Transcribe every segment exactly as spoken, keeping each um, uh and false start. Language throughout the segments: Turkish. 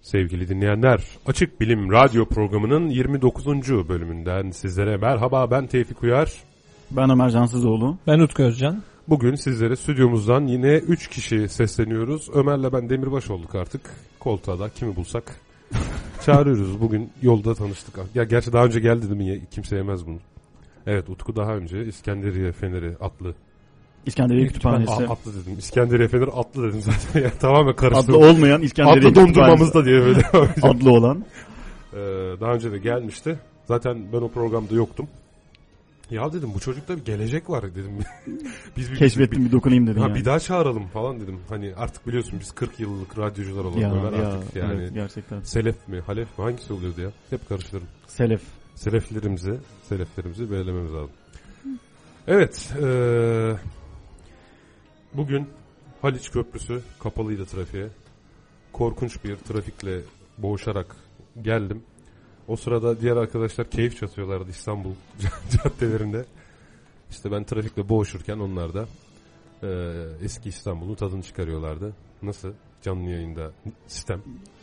Sevgili dinleyenler, Açık Bilim Radyo programının yirmi dokuzuncu bölümünden sizlere merhaba. Ben Tevfik Uyar. Ben Ömer Cansızoğlu. Ben Utku Özcan. Bugün sizlere stüdyomuzdan yine üç kişi sesleniyoruz. Ömer'le ben demirbaş olduk artık. Koltuğa da kimi bulsak çağırıyoruz. Bugün yolda tanıştık. Ya gerçi daha önce geldi değil mi? Kimse yemez bunu. Evet, Utku daha önce İskenderiye Feneri atlı. İskenderiye Kütüphanesi. A, atlı dedim. İskenderiye Feneri atlı dedim zaten. Yani tamamen karıştırdım. Adlı olmayan İskenderiye Atlı dondurmamızda diye böyle. Adlı olan. Ee, daha önce de gelmişti. Zaten ben o programda yoktum. Ya dedim bu çocukta bir gelecek var dedim. Biz bir, Keşfettim bir, bir dokunayım dedim. Ha, yani. Bir daha çağıralım falan dedim. Hani artık biliyorsun biz kırk yıllık radyocular olalım. Ya, Ömer ya, artık yani. Evet, gerçekten. Selef mi, halef mi, hangisi oluyordu ya? Hep karıştırırım. Selef. Seleflerimizi, seleflerimizi belirlememiz lazım. Evet. Ee, bugün Haliç Köprüsü kapalıydı trafiğe. Korkunç bir trafikle boğuşarak geldim. O sırada diğer arkadaşlar keyif çatıyorlardı İstanbul caddelerinde. İşte ben trafikle boğuşurken onlar da e, eski İstanbul'un tadını çıkarıyorlardı. Nasıl? Canlı yayında sistem.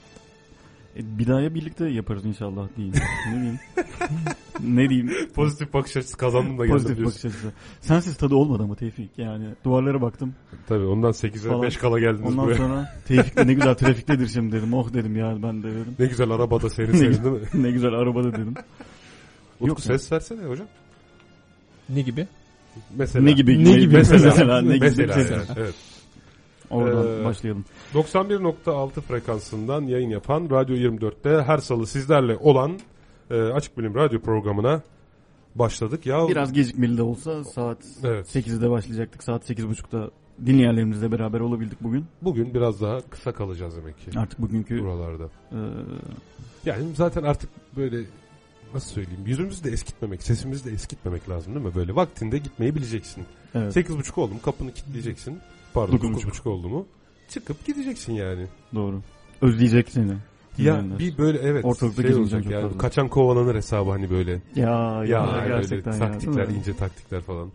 E, bir daha ya birlikte yaparız inşallah diyeyim. Ne diyeyim? ne diyeyim? Pozitif bakış açısı kazandım da geldim. Pozitif bakış açısı. Sensiz tadı olmadı ama Tevfik. Yani duvarlara baktım. Tabii ondan sekize beş kala geldiniz ondan buraya. Ondan sonra Tevfik de ne güzel trafiktedir şimdi dedim. Oh dedim ya ben de dedim. Ne güzel arabada senin senin değil mi? Ne güzel arabada dedim. Utku Yok ses ya. Versene hocam. Ne gibi? Mesela. Ne gibi? Ne gibi? Mesela. Mesela. Ne gibi? Mesela. Mesela. Yani, evet. Oradan ee, başlayalım. doksan bir nokta altı frekansından yayın yapan Radyo yirmi dörtte her salı sizlerle olan e, Açık Bilim Radyo programına başladık. Ya biraz gecikmeli de olsa saat evet. sekizde başlayacaktık. Saat sekiz buçukta dinleyenlerimizle beraber olabildik bugün. Bugün biraz daha kısa kalacağız demek ki. Artık bugünkü buralarda. E, yani zaten artık böyle nasıl söyleyeyim? Yüzümüzü de eskitmemek, sesimizi de eskitmemek lazım değil mi? Böyle vaktinde gitmeyi bileceksin. Evet. sekiz buçuk oldu mu kapını kilitleyeceksin. Pardon dokuz buçuk oldu mu? Çıkıp gideceksin yani. Doğru. Özleyecek seni. Ya bir böyle evet. Ortalıkta şey olacak yani. Fazla. Kaçan kovalanır hesabı hani böyle. Ya ya, ya gerçekten böyle ya. Taktikler, ince taktikler falan.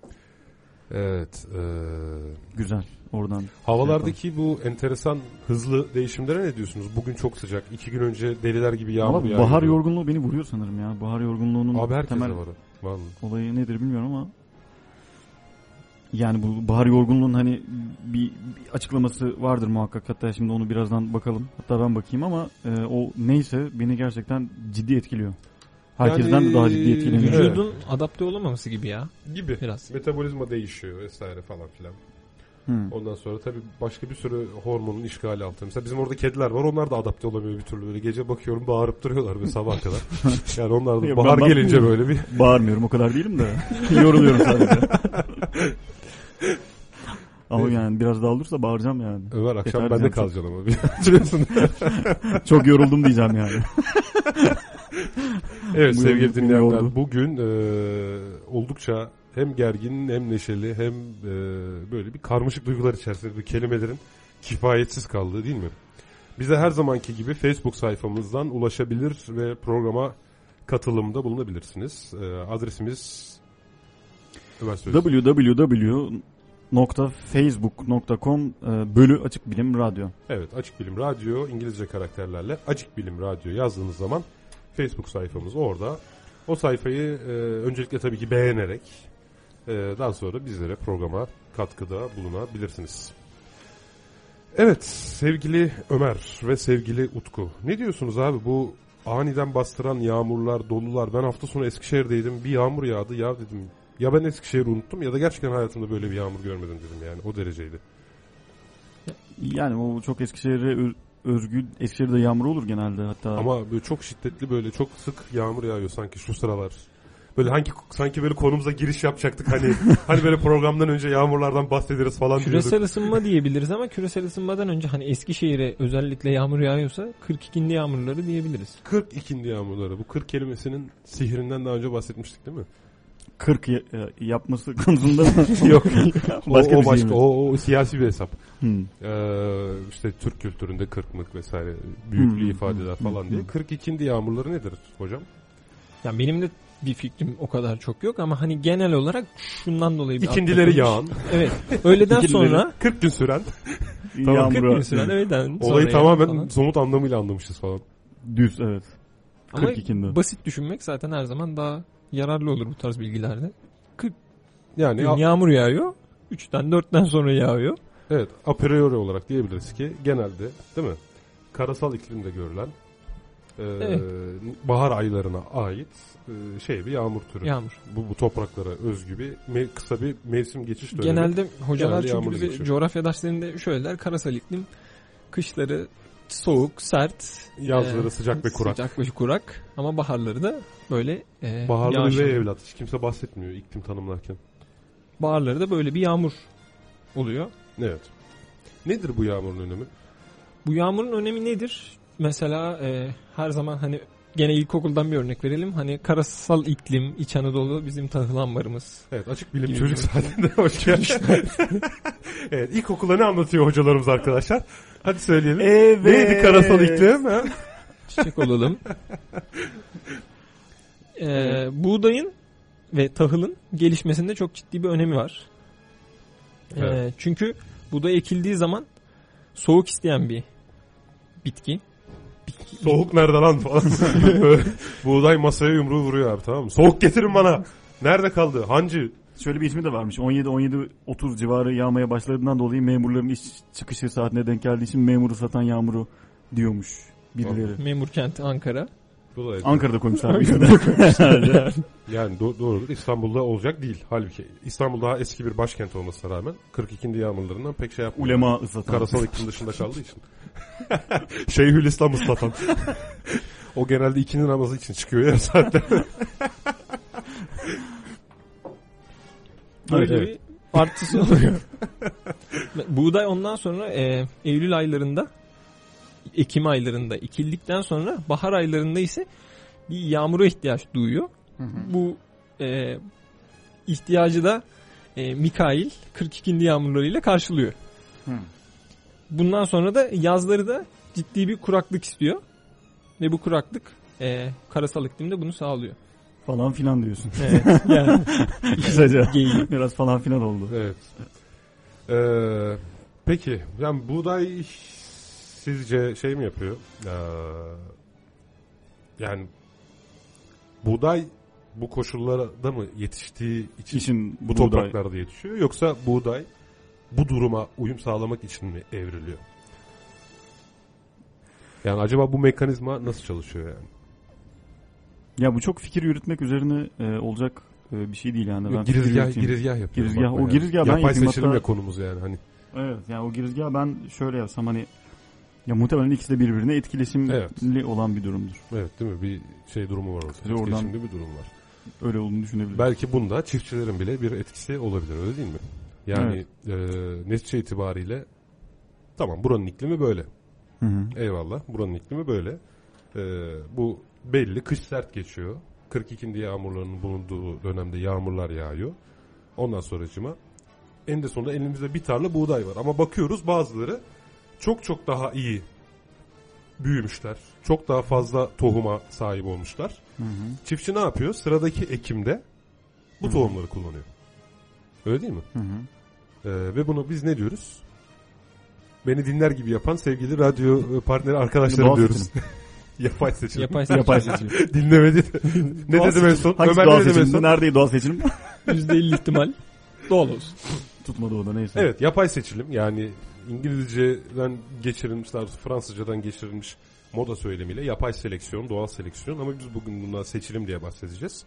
Evet. E... Güzel. Oradan. Havalardaki şey bu enteresan hızlı değişimlere ne diyorsunuz? Bugün çok sıcak. İki gün önce deliler gibi yağmur yağıyor. Bahar yağıyor. yorgunluğu beni vuruyor sanırım ya. Bahar yorgunluğunun Abi temel var. Vallahi. olayı nedir bilmiyorum ama yani bu bahar yorgunluğunun hani bir, bir açıklaması vardır muhakkak. Hatta şimdi onu birazdan bakalım. Hatta ben bakayım ama e, o neyse beni gerçekten ciddi etkiliyor. Herkesten yani, de daha ciddi etkileniyor. Vücudun evet. adapte olamaması gibi ya. Gibi. Biraz. Metabolizma değişiyor vesaire falan filan. Hmm. Ondan sonra tabii başka bir sürü hormonun işgali altında. Mesela bizim orada kediler var. Onlar da adapte olamıyor bir türlü. Böyle gece bakıyorum bağırıp duruyorlar böyle sabah kadar. Yani onlar da bahar gelince böyle bir... Bağırmıyorum o kadar değilim de. Yoruluyorum sadece. Ama evet. Yani biraz daha olursa bağıracağım yani. Ömer akşam ben de kalacağım ama. Biliyorsun. Çok yoruldum diyeceğim yani. Evet bu sevgili dinleyenler bugün e, oldukça hem gergin hem neşeli hem e, böyle bir karmaşık duygular içerisinde bir kelimelerin kifayetsiz kaldığı değil mi? Bize her zamanki gibi Facebook sayfamızdan ulaşabilir ve programa katılımda bulunabilirsiniz. E, adresimiz double-u double-u double-u nokta facebook nokta com bölü Açık Bilim Radyo. Evet, Açık Bilim Radyo İngilizce karakterlerle Açık Bilim Radyo yazdığınız zaman Facebook sayfamız orada. O sayfayı e, öncelikle tabii ki beğenerek e, daha sonra bizlere programa katkıda bulunabilirsiniz. Evet sevgili Ömer ve sevgili Utku. Ne diyorsunuz abi bu aniden bastıran yağmurlar, dolular. Ben hafta sonu Eskişehir'deydim. Bir yağmur yağdı. Ya dedim ya ben Eskişehir'i unuttum ya da gerçekten hayatımda böyle bir yağmur görmedim dedim yani. O dereceydi. Yani o çok Eskişehir'e özgü. Eskişehir'de yağmur olur genelde hatta. Ama böyle çok şiddetli böyle çok sık yağmur yağıyor sanki şu sıralar. Böyle hangi sanki böyle konumuza giriş yapacaktık hani hani böyle programdan önce yağmurlardan bahsederiz falan diyorduk. Küresel ısınma diyebiliriz ama küresel ısınmadan önce hani Eskişehir'e özellikle yağmur yağıyorsa kırk ikindi yağmurları diyebiliriz. kırk ikindi yağmurları. Bu kırk kelimesinin sihrinden daha önce bahsetmiştik değil mi? kırk ya- yapması konusunda mı? Yok. başka o, o başka. O, o siyasi bir hesap. Hmm. Ee, işte Türk kültüründe kırklık vesaire büyüklüğü hmm. ifadeler hmm. falan hmm. diye. kırk ikindi yağmurları nedir hocam? Ya benim de bir fikrim o kadar çok yok ama hani genel olarak şundan dolayı bir İkindileri yağan. Evet. Öğleden sonra kırk gün süren Tamam. kırk yağmura. gün süren öğleden Olayı sonraya tamamen falan. somut anlamıyla anlamışız falan. Düz evet. Ama kırk ikinde. basit düşünmek zaten her zaman daha yararlı olur bu tarz bilgilerde. Yani Gün a- yağmur yağıyor. üçten dörtten sonra yağıyor. evet, a priori olarak diyebiliriz ki genelde, değil mi? Karasal iklimde görülen e, Evet. bahar aylarına ait e, şey bir yağmur türü. Yağmur. Bu, bu topraklara özgü bir me- kısa bir mevsim geçiş dönemi. Genelde hocalar Genelde çünkü yağmurlu bize geçiyor. coğrafya derslerinde şöyle der. Karasal iklim kışları soğuk, sert. Yazları e, sıcak ve kurak. Sıcak ve kurak. Ama baharları da böyle e, Baharlı yağışlı. ve evlat. Hiç kimse bahsetmiyor iklim tanımlarken. Baharları da böyle bir yağmur oluyor. Evet. Nedir bu yağmurun önemi? Bu yağmurun önemi nedir? Mesela e, her zaman hani gene ilkokuldan bir örnek verelim. Hani karasal iklim, İç Anadolu bizim tahıl ambarımız. Evet, açık bilim Gibi çocuk bir- saatinde hoş geldin. Evet, ilkokulda ne anlatıyor hocalarımız arkadaşlar? Hadi söyleyelim. Evet. Neydi karasal iklim? Ha? Çiçek olalım. E, buğdayın ve tahılın gelişmesinde çok ciddi bir önemi var. E, Evet. çünkü buğday ekildiği zaman soğuk isteyen bir bitki. Bitki- Soğuk nerede lan falan. Böyle buğday masaya yumruğu vuruyor abi, tamam mı? Soğuk getirin bana. Nerede kaldı? Hancı. Şöyle bir ismi de varmış. on yedi on yedi otuz civarı yağmaya başladığından dolayı memurların iş çıkışı saatine denk geldiği için memuru satan yağmuru diyormuş birileri. Memur kenti Ankara. Bu da Ankara'da koymuşlar. yani do- doğrudur. İstanbul'da olacak değil. Halbuki İstanbul daha eski bir başkent olmasına rağmen kırk ikindi yağmurlarından pek şey yapmıyor. Ulema ıslatan. Karasal iklim dışında kaldığı için. Şeyhülislam ıslatan. O genelde ikindi namazı için çıkıyor ya zaten. Böyle Evet, bir artısı oluyor. Buğday ondan sonra e, Eylül aylarında, Ekim aylarında ekildikten sonra bahar aylarında ise bir yağmura ihtiyaç duyuyor. Hı hı. Bu e, ihtiyacı da e, Mikail kırk ikindi yağmurlarıyla karşılıyor. Hı. Bundan sonra da yazları da ciddi bir kuraklık istiyor. Ve bu kuraklık e, karasal iklimde bunu sağlıyor. Falan filan diyorsun. Evet, yani Kısaca. Geyik. Biraz falan filan oldu. Evet. Ee, peki yani buğday sizce şey mi yapıyor? Ee, yani buğday bu koşullarda mı yetiştiği için İşin bu buğday. topraklarda yetişiyor, yoksa buğday bu duruma uyum sağlamak için mi evriliyor? Yani acaba bu mekanizma nasıl çalışıyor yani? Ya bu çok fikir yürütmek üzerine e, olacak e, bir şey değil yani. Ben fikir Girizgah, yürüteyim. girizgah yapıyor. Girizgah, bakma o yani. girizgah ben Yapay yapayım seçilim hatta- ya konumuz yani hani. Evet yani o girizgahı ben şöyle yapsam hani ya muhtemelen ikisi de birbirine etkileşimli Evet. olan bir durumdur. Evet, değil mi? Bir şey durumu var orada. Size oradan- Etkileşimli bir durum var. Öyle olduğunu düşünebilirim. Belki bunda çiftçilerin bile bir etkisi olabilir, öyle değil mi? Yani e, netice itibariyle tamam, buranın iklimi böyle. Hı hı. Eyvallah, buranın iklimi böyle. E, bu belli, kış sert geçiyor. kırk ikindi yağmurlarının bulunduğu dönemde yağmurlar yağıyor. Ondan sonracıma en de sonunda elimizde bir tarla buğday var. Ama bakıyoruz bazıları çok çok daha iyi büyümüşler. Çok daha fazla tohuma sahip olmuşlar. Hı hı. Çiftçi ne yapıyor? Sıradaki ekimde bu Hı. tohumları kullanıyor. Öyle değil mi? Hı hı. Ee, ve bunu biz ne diyoruz? Beni dinler gibi yapan sevgili radyo partneri arkadaşlarım Doğal diyoruz. seçilim. Yapay seçim. Yapay seçim. Yapay seçim. Dinlemedi. ne Doğal dedim en son? Hangisi Ömer doğal ne dedim en seçim? son? Neredeydi doğal seçim? yüzde elli ihtimal doğal olsun. Tutmadı o da neyse. Evet, yapay seçilim, yani İngilizceden geçirilmiş, daha doğrusu Fransızcadan geçirilmiş moda söylemiyle yapay seleksiyon, doğal seleksiyon, ama biz bugün bundan seçilim diye bahsedeceğiz.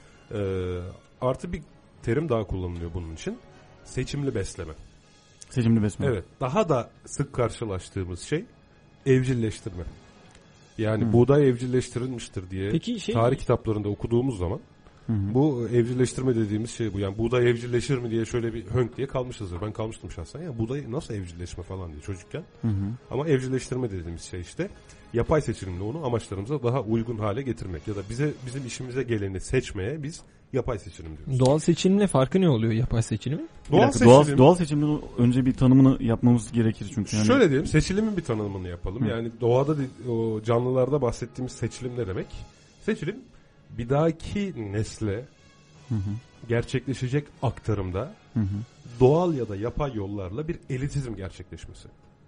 Ee, artı bir terim daha kullanılıyor bunun için. Seçimli besleme. Seçimli besmele. Evet, daha da sık karşılaştığımız şey evcilleştirme. Yani Hı. buğday evcilleştirilmiştir diye Peki şey tarih kitaplarında okuduğumuz zaman Hı hı. bu evcilleştirme dediğimiz şey bu. Yani buğday evcilleşir mi diye şöyle bir hönk diye kalmışızdır. Ben kalmıştım şahsen. Ya buğday nasıl evcilleşme falan diye çocukken. Hı hı. Ama evcilleştirme dediğimiz şey işte yapay seçilimle onu amaçlarımıza daha uygun hale getirmek ya da bize bizim işimize geleni seçmeye biz yapay seçilim diyoruz. doğal seçilimle farkı ne oluyor yapay seçilimin? Bir Doğal dakika, doğal, seçilim. doğal seçimden önce bir tanımını yapmamız gerekir çünkü. Yani. Şöyle diyelim, seçilimin bir tanımını yapalım. Hı. Yani doğada de- o canlılarda bahsettiğimiz seçilim ne demek? Seçilim bir dahaki nesle Hı hı. gerçekleşecek aktarımda Hı hı. doğal ya da yapay yollarla bir elitizm gerçekleşmesi.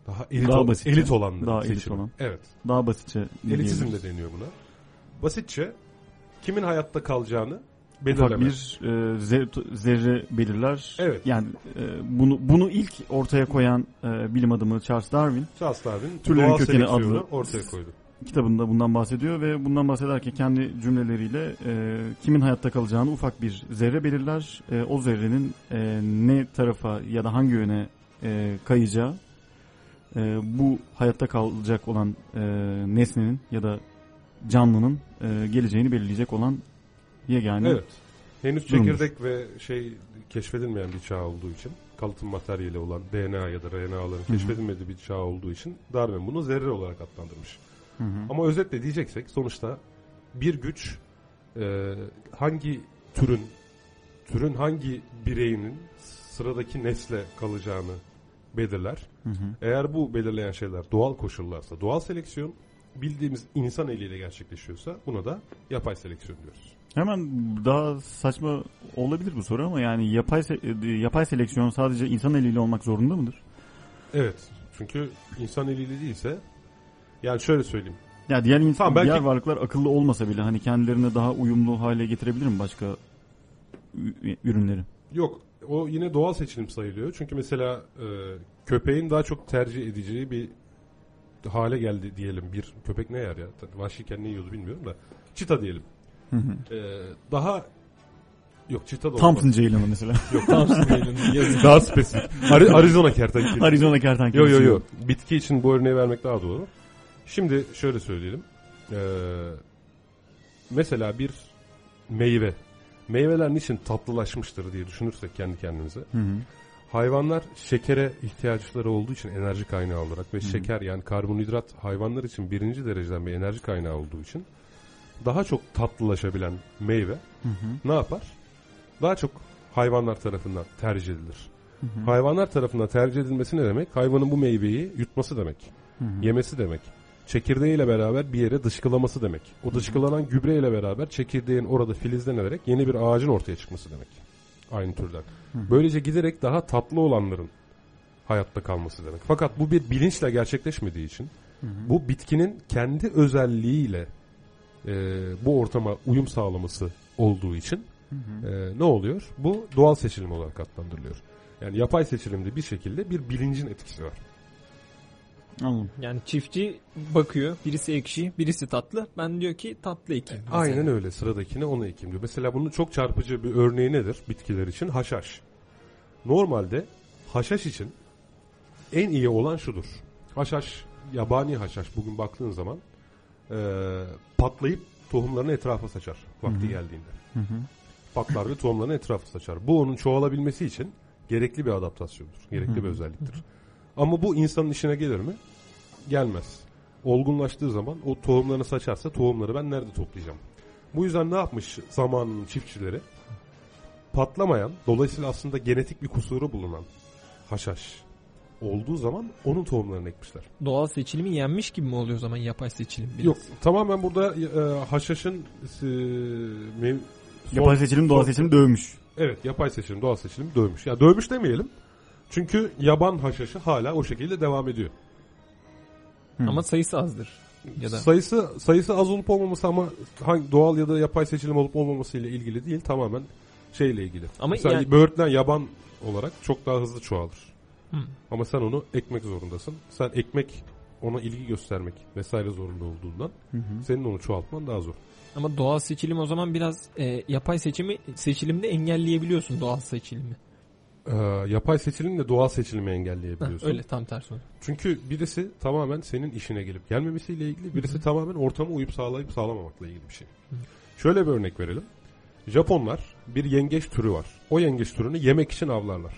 Daha elit, Daha ol- basitçe. elit olanların Daha elit seçimi. olan. Evet. Daha basitçe. Elitizm diyebiliriz. de deniyor buna. Basitçe kimin hayatta kalacağını Ufak belirleme. bir e, zer- zerre belirler. Evet. Yani e, bunu bunu ilk ortaya koyan e, bilim adamı Charles Darwin Charles Darwin Türlerin doğal Kökeni seleksiyonu adlı ortaya koydu. kitabında bundan bahsediyor ve bundan bahsederken kendi cümleleriyle e, kimin hayatta kalacağını ufak bir zerre belirler. E, o zerrenin e, ne tarafa ya da hangi yöne e, kayacağı e, bu hayatta kalacak olan e, nesnenin ya da canlının e, geleceğini belirleyecek olan yegane. Evet. Henüz durumdur. çekirdek ve şey keşfedilmeyen bir çağ olduğu için, kalıtım materyali olan D N A ya da R N A'ların Hı hı. keşfedilmediği bir çağ olduğu için Darwin bunu zerre olarak adlandırmış. Hı hı. Ama özetle diyeceksek sonuçta bir güç e, hangi türün türün hangi bireyinin sıradaki nesle kalacağını belirler. Hı hı. Eğer bu belirleyen şeyler doğal koşullarsa doğal seleksiyon, bildiğimiz insan eliyle gerçekleşiyorsa buna da yapay seleksiyon diyoruz. Hemen daha saçma olabilir bu soru ama yani yapay se- yapay seleksiyon sadece insan eliyle olmak zorunda mıdır? Evet. Çünkü insan eliyle değilse, yani şöyle söyleyeyim. Ya diğer insan, Tamam, belki- diğer varlıklar akıllı olmasa bile hani kendilerine daha uyumlu hale getirebilir mi başka ü- ürünleri? Yok, o yine doğal seçilim sayılıyor. Çünkü mesela e, köpeğin daha çok tercih edeceği bir hale geldi diyelim. Bir köpek ne yer ya? Vahşiyken ne yiyordu bilmiyorum da. Çita diyelim. Hı hı. E, daha yok çita da Thompson olmaz. Ceylan'ı mesela. Yok. Thompson Ceylan'ın yazık. Daha spesifik. Ari- Arizona kertenkele. Arizona Yo kertenkelesi. yo yo. Bitki için bu örneği vermek daha doğru. Şimdi şöyle söyleyelim. Ee, mesela bir meyve. Meyveler niçin tatlılaşmıştır diye düşünürsek kendi kendimize. Hı hı. Hayvanlar şekere ihtiyaçları olduğu için enerji kaynağı olarak ve Hı hı. şeker yani karbonhidrat hayvanlar için birinci dereceden bir enerji kaynağı olduğu için daha çok tatlılaşabilen meyve Hı hı. ne yapar? Daha çok hayvanlar tarafından tercih edilir. Hı hı. Hayvanlar tarafından tercih edilmesi ne demek? Hayvanın bu meyveyi yutması demek. Hı hı. Yemesi demek. Çekirdeğiyle beraber bir yere dışkılaması demek. O dışkılanan gübreyle beraber çekirdeğin orada filizlenerek yeni bir ağacın ortaya çıkması demek. Aynı türden. Hı. Böylece giderek daha tatlı olanların hayatta kalması demek. Fakat bu bir bilinçle gerçekleşmediği için Hı hı. bu bitkinin kendi özelliğiyle e, bu ortama uyum sağlaması olduğu için Hı hı. e, ne oluyor? Bu doğal seçilim olarak adlandırılıyor. Yani yapay seçilimde bir şekilde bir bilincin etkisi var. Anladım. Yani çiftçi bakıyor. Birisi ekşi, birisi tatlı. Ben diyor ki tatlı ekeyim. mesela. Aynen öyle. Sıradakine onu ekeyim diyor. Mesela bunun çok çarpıcı bir örneği nedir bitkiler için? Haşhaş. Normalde haşhaş için en iyi olan şudur. Haşhaş, yabani haşhaş bugün baktığın zaman e, patlayıp tohumlarını etrafa saçar vakti Hı hı. geldiğinde. Hı hı. Patlar ve tohumlarını etrafa saçar. Bu onun çoğalabilmesi için gerekli bir adaptasyondur. Gerekli Hı hı. bir özelliktir. Ama bu insanın işine gelir mi? Gelmez. Olgunlaştığı zaman o tohumlarını saçarsa tohumları ben nerede toplayacağım? Bu yüzden ne yapmış zamanın çiftçileri? Patlamayan, dolayısıyla aslında genetik bir kusuru bulunan haşhaş olduğu zaman onun tohumlarını ekmişler. Doğal seçilimi yenmiş gibi mi oluyor o zaman yapay seçilim? Biraz? Yok, tamamen burada e, haşhaşın e, mev- son- Yapay seçilim doğal son- seçilim dövmüş. Evet, yapay seçilim, doğal seçilim dövmüş. Ya dövmüş demeyelim. Çünkü yaban haşhaşı hala o şekilde devam ediyor. Hı. Ama sayısı azdır. Ya da Sayısı sayısı az olup olmaması ama hangi doğal ya da yapay seçilim olup olmaması ile ilgili değil, tamamen şeyle ilgili. Ama Mesela yani- böğürtlen yaban olarak çok daha hızlı çoğalır. Hı. Ama sen onu ekmek zorundasın. Sen ekmek, ona ilgi göstermek vesaire zorunda olduğundan Hı hı. senin onu çoğaltman daha zor. ama doğal seçilim o zaman biraz e, yapay seçimi seçilimde engelleyebiliyorsun doğal seçilimi. Ee, yapay seçilimle doğal seçilimi Heh, engelleyebiliyorsun. öyle tam tersi oldu. Çünkü birisi tamamen senin işine gelip gelmemesiyle ilgili, birisi Hı hı. tamamen ortama uyup sağlayıp sağlamamakla ilgili bir şey. Hı. Şöyle bir örnek verelim. Japonlar bir yengeç türü var. O yengeç türünü yemek için avlarlar.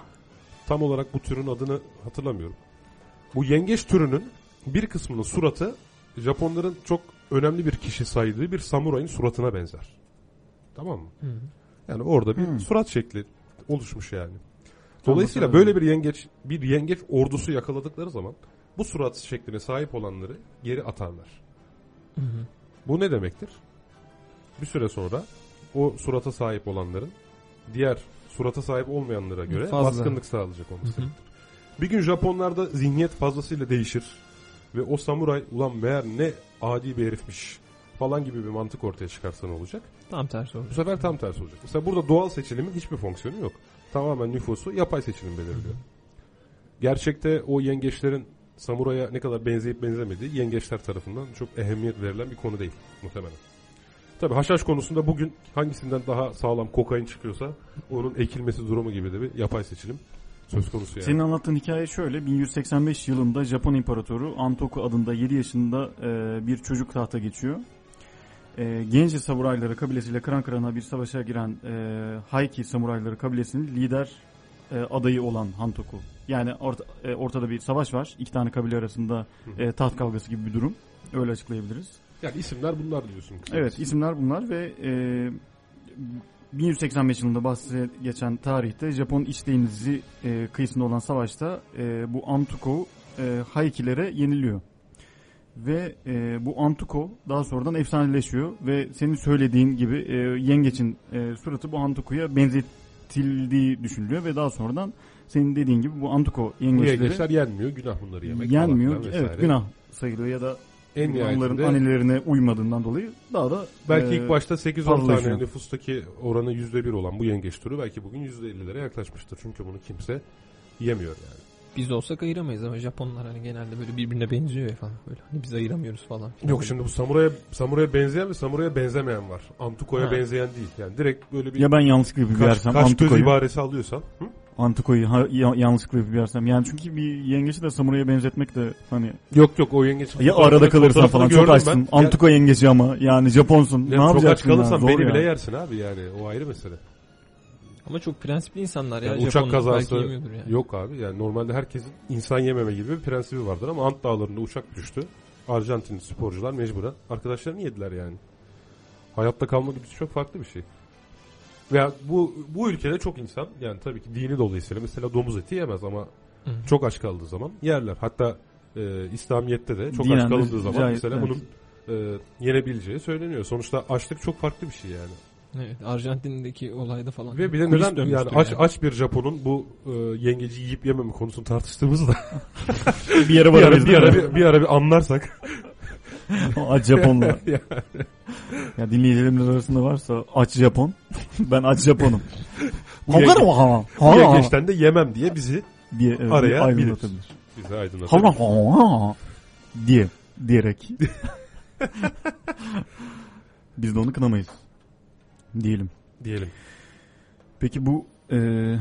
Tam olarak bu türün adını hatırlamıyorum. Bu yengeç türünün bir kısmının suratı Japonların çok önemli bir kişi saydığı bir samurayın suratına benzer. Tamam mı? Hı. Yani orada bir Hı. surat şekli oluşmuş yani. Dolayısıyla Anladım. böyle bir yengeç bir yengeç ordusu yakaladıkları zaman bu surat şekline sahip olanları geri atarlar. Hı hı. Bu ne demektir? Bir süre sonra o surata sahip olanların diğer surata sahip olmayanlara göre Fazla. baskınlık sağlayacak olması Hı hı. demektir. Bir gün Japonlarda zihniyet fazlasıyla değişir ve o samuray ulan meğer ne adi bir herifmiş falan gibi bir mantık ortaya çıkarsa ne olacak? Tam tersi olacak. Bu sefer tam tersi olacak. Mesela burada doğal seçilimin hiçbir fonksiyonu yok. Tamamen nüfusu yapay seçilim belirliyor. Gerçekte o yengeçlerin samuraya ne kadar benzeyip benzemediği yengeçler tarafından çok ehemmiyet verilen bir konu değil muhtemelen. Tabii haşhaş konusunda bugün hangisinden daha sağlam kokain çıkıyorsa onun ekilmesi durumu gibi de bir yapay seçilim söz konusu yani. Senin anlattığın hikaye şöyle: bin yüz seksen beş yılında Japon İmparatoru Antoku adında yedi yaşında e, bir çocuk tahta geçiyor. E, Genji samurayları kabilesiyle kıran kırana bir savaşa giren e, Haiki samurayları kabilesinin lider e, adayı olan Hantoku. Yani orta, e, ortada bir savaş var. İki tane kabile arasında e, taht kavgası gibi bir durum. Öyle açıklayabiliriz. Yani isimler bunlar diyorsun. Evet, isimler bunlar ve e, bin yüz seksen beş yılında bahsi geçen tarihte Japon İç Denizi e, kıyısında olan savaşta e, bu Antuko e, Haikilere yeniliyor. Ve e, bu Antuko daha sonradan efsaneleşiyor ve senin söylediğin gibi e, yengeçin e, suratı bu Antuko'ya benzetildiği düşünülüyor ve daha sonradan senin dediğin gibi bu Antuko yengeçleri... Bu yengeçler yenmiyor, günah bunları yemek. Yenmiyor, evet, günah sayılıyor ya da en onların annelerine uymadığından dolayı daha da belki e, ilk başta sekiz on tane nüfustaki oranı yüzde bir olan bu yengeç türü belki bugün yüzde ellilere yaklaşmıştır. Çünkü bunu kimse yemiyor yani. Biz olsak ayıramayız ama Japonlar hani genelde böyle birbirine benziyor ya falan böyle. Hani biz ayıramıyoruz falan. Yok şimdi bu samuraya samuraya benzeyen ve samuraya benzemeyen var. Antuko'ya Ha. benzeyen değil. Yani direkt böyle bir ya ben yanlışlıkla bir kaş, yersem kaş göz Antuko'yu ibaresi alıyorsan. Hı? Antuko'yu ha, ya, yanlışlıkla bir yersem yani çünkü bir yengeci de samuraya benzetmek de hani Yok yok o yengeç. ya arada kalırsan falan çok açsın. Antuko yengeci ama yani Japonsun. Ya, ne çok yapacaksın? aç kalırsan yani? beni Zor bile yani. yersin abi yani o ayrı mesele. Ama çok prensipli insanlar ya. Yani Japonlar uçak kazası belki yemiyordur yani. yok abi. Yani normalde herkesin insan yememe gibi bir prensibi vardır ama Ant Dağları'nda uçak düştü. Arjantin sporcular mecburen arkadaşlarını yediler yani. Hayatta kalma güdüsü çok farklı bir şey. Veya bu bu ülkede çok insan yani tabii ki dini dolayısıyla mesela domuz eti yemez ama Hı. çok aç kaldığı zaman yerler. Hatta e, İslamiyet'te de çok Dinen aç kalındığı zaman cahil, mesela evet. bunun e, yenebileceği söyleniyor. Sonuçta açlık çok farklı bir şey yani. Evet, Arjantin'deki olayda falan. Ve bir de Kulis neden yani dönmüştür aç yani. aç bir Japonun bu e, yengeci yiyip yememe konusunu tartıştığımızda bir yere bir ara varabiliriz. bir ara bir, bir ara bir anlarsak Aç Japonlar. Ya dinleyicilerimiz arasında varsa aç Japon. Ben aç Japonum. bu, yenge, ha bu yengeçten de yemem diye bizi diye evet, araya aydınlatabilir. Bizi aydınlatabilir. diye diyerek. Biz de onu kınamayız. Diyelim. Diyelim. Peki bu e...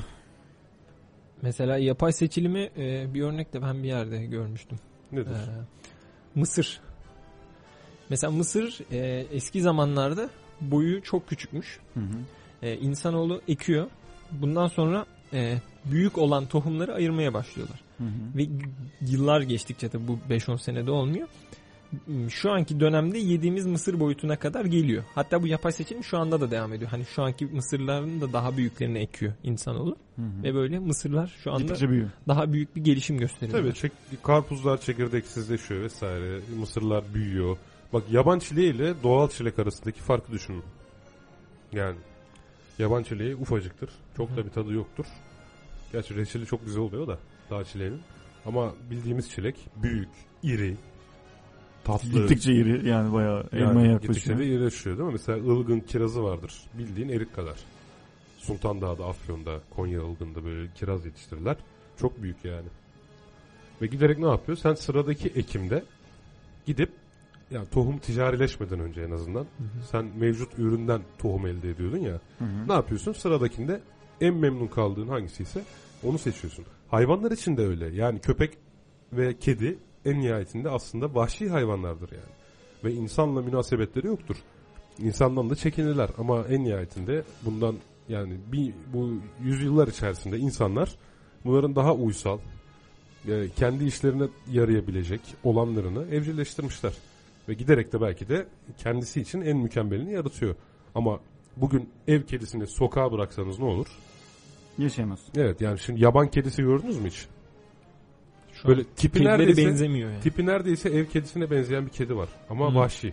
mesela yapay seçilimi e, bir örnek de ben bir yerde görmüştüm. Nedir? Ee, Mısır. Mesela Mısır e, eski zamanlarda boyu çok küçükmüş. Hı hı. E, insanoğlu ekiyor. Bundan sonra e, büyük olan tohumları ayırmaya başlıyorlar. Hı hı. Ve yıllar geçtikçe tabii bu beş on senede olmuyor. Şu anki dönemde yediğimiz mısır boyutuna kadar geliyor. Hatta bu yapay seçilim şu anda da devam ediyor. Hani şu anki mısırların da daha büyüklerini ekiyor insanoğlu. Hı hı. Ve böyle mısırlar şu anda daha büyük bir gelişim gösteriyor. Tabii çek, karpuzlar çekirdeksizleşiyor vesaire. Mısırlar büyüyor. Bak yaban çileği ile doğal çilek arasındaki farkı düşünün. Yani yaban çileği ufacıktır. Çok da bir tadı yoktur. Gerçi reçeli çok güzel oluyor da dağ çileğinin. Ama bildiğimiz çilek büyük, iri, tatlı. Gittikçe iri yani bayağı yani elmaya yaklaşıyor. yaklaşıyor. Gittikçe de irileşiyor değil mi? Mesela ılgın kirazı vardır. Bildiğin erik kadar. Sultandağ'da, Afyon'da, Konya ılgında böyle kiraz yetiştirirler. Çok büyük yani. Ve giderek ne yapıyor? Sen sıradaki ekimde gidip yani tohum ticarileşmeden önce en azından hı hı. sen mevcut üründen tohum elde ediyordun ya. Hı hı. Ne yapıyorsun? Sıradakinde en memnun kaldığın hangisiyse onu seçiyorsun. Hayvanlar için de öyle. Yani köpek ve kedi en nihayetinde aslında vahşi hayvanlardır yani. Ve insanla münasebetleri yoktur. İnsandan da çekinirler ama en nihayetinde bundan yani bir, bu yüzyıllar içerisinde insanlar bunların daha uysal, kendi işlerine yarayabilecek olanlarını evcilleştirmişler. Ve giderek de belki de kendisi için en mükemmelini yaratıyor. Ama bugün ev kedisini sokağa bıraksanız ne olur? Yaşayamaz. Evet yani şimdi yaban kedisi gördünüz mü hiç? Şu böyle tipi neredeyse benzemiyor yani. Tipi neredeyse ev kedisine benzeyen bir kedi var ama hmm. vahşi.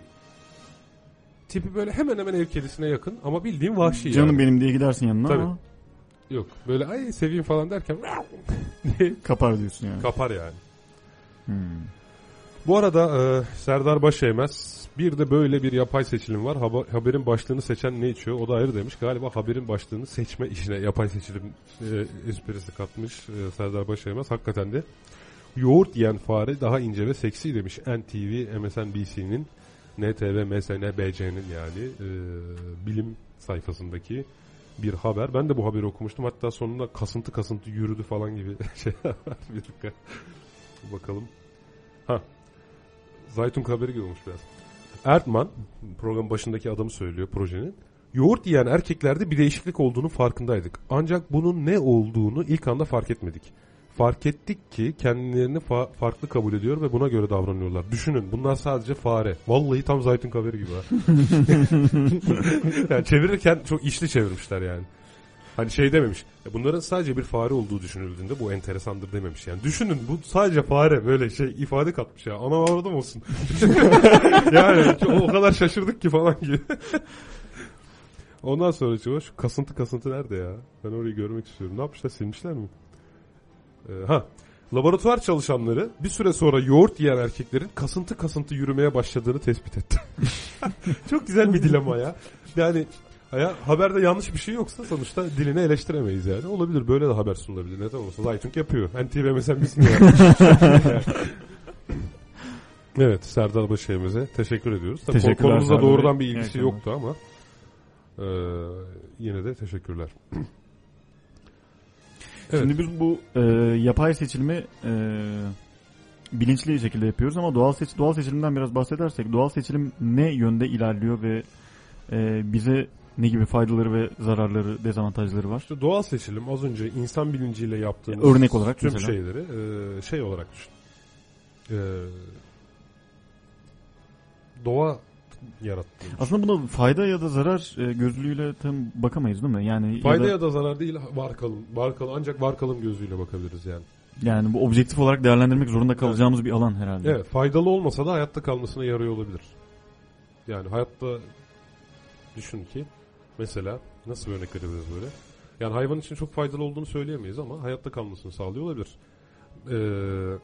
Tipi böyle hemen hemen ev kedisine yakın ama bildiğin vahşi. Canım yani. benim diye gidersin yanına Tabii. ama Yok böyle ay seveyim falan derken Kapar diyorsun yani. kapar yani. Hmm. Bu arada e, Serdar Başeymez bir de böyle bir yapay seçilim var. Haba, haberin başlığını seçen ne içiyor? O da ayrı demiş. Galiba haberin başlığını seçme işine yapay seçilim e, esprisi katmış e, Serdar Başeymez. Hakikaten de yoğurt yiyen fare daha ince ve seksi demiş. N T V, M S N B C'nin, N T V, M S N B C'nin yani e, bilim sayfasındaki bir haber. Ben de bu haberi okumuştum. Hatta sonunda kasıntı kasıntı yürüdü falan gibi şeyler var. Bir dakika. Bakalım. Ha. Zaytun haberi gibi olmuş biraz. Erdman, programın başındaki adamı söylüyor projenin. Yoğurt yiyen erkeklerde bir değişiklik olduğunu farkındaydık. Ancak bunun ne olduğunu ilk anda fark etmedik. Fark ettik ki kendilerini fa- farklı kabul ediyor ve buna göre davranıyorlar. Düşünün bunlar sadece fare. Vallahi tam Zaytun haberi gibi ha. Yani çevirirken çok işli çevirmişler yani. Hani şey dememiş. Bunların sadece bir fare olduğu düşünüldüğünde bu enteresandır dememiş. Yani düşünün bu sadece fare böyle şey ifade katmış ya. Ana avradım olsun. Yani çok, o kadar şaşırdık ki falan gibi. Ondan sonra şu kasıntı kasıntı nerede ya? Ben orayı görmek istiyorum. Ne yapmışlar? Silmişler mi? Ee, ha. Laboratuvar çalışanları bir süre sonra yoğurt yiyen erkeklerin kasıntı kasıntı yürümeye başladığını tespit etti. Çok güzel bir dilema ya. Yani ya, haberde yanlış bir şey yoksa sonuçta dilini eleştiremeyiz yani. Olabilir böyle de haber sunulabilir. Neden olmasın? Zaytun yapıyor. N T V mesela biz mi yani? Evet Serdar Başeymez'e teşekkür ediyoruz. Tabii Teşekkürler konumuzla Serdar doğrudan Bey. bir ilgisi Evet, yoktu ama e, yine de teşekkürler. Evet. Şimdi biz bu e, yapay seçilimi e, bilinçli şekilde yapıyoruz ama doğal seç doğal seçilimden biraz bahsedersek doğal seçilim ne yönde ilerliyor ve e, bize ne gibi faydaları ve zararları, dezavantajları var? İşte doğal seçilim az önce insan bilinciyle yaptığımız örnek olarak tüm mesela. şeyleri e, şey olarak düşün. E, doğa yarattı. Aslında buna fayda ya da zarar e, gözlüğüyle tam bakamayız değil mi? Yani Fayda ya da, ya da zarar değil var kalım. Var kalım ancak var kalım gözüyle bakabiliriz yani. yani bu objektif olarak değerlendirmek zorunda kalacağımız evet. bir alan herhalde. Evet, faydalı olmasa da hayatta kalmasına yarıyor olabilir. Yani hayatta düşün ki mesela nasıl bir örnek verebiliriz böyle? Yani hayvan için çok faydalı olduğunu söyleyemeyiz ama hayatta kalmasını sağlıyor olabilir. Eee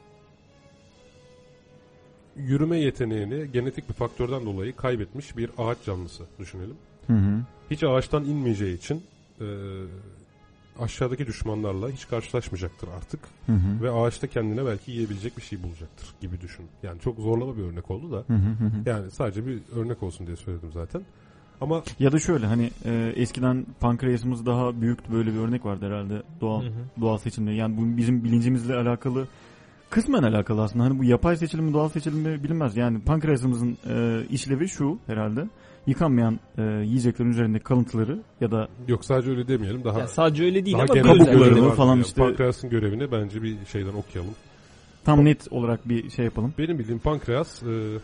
yürüme yeteneğini genetik bir faktörden dolayı kaybetmiş bir ağaç canlısı düşünelim. Hı hı. Hiç ağaçtan inmeyeceği için e, aşağıdaki düşmanlarla hiç karşılaşmayacaktır artık. Hı hı. Ve ağaçta kendine belki yiyebilecek bir şey bulacaktır gibi düşün. Yani çok zorlama bir örnek oldu da. Hı hı hı. Yani sadece bir örnek olsun diye söyledim zaten. Ama ya da şöyle hani e, eskiden pankreasımız daha büyüktü, böyle bir örnek vardı herhalde doğal hı hı. doğal seçimde. Yani bu bizim bilincimizle alakalı, kısmen alakalı aslında. Hani bu yapay seçilim mi doğal seçilim mi bilinmez. Yani pankreasımızın e, işlevi şu herhalde. Yıkanmayan e, yiyeceklerin üzerindeki kalıntıları ya da yok sadece öyle demeyelim. Daha yani sadece öyle değil daha ama kabuklarını falan yani. işte. Pankreasın görevini bence bir şeyden okuyalım. Tam net olarak bir şey yapalım. Benim bildiğim pankreas e,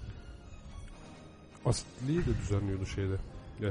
asitliği de düzenliyordu şeyde. E,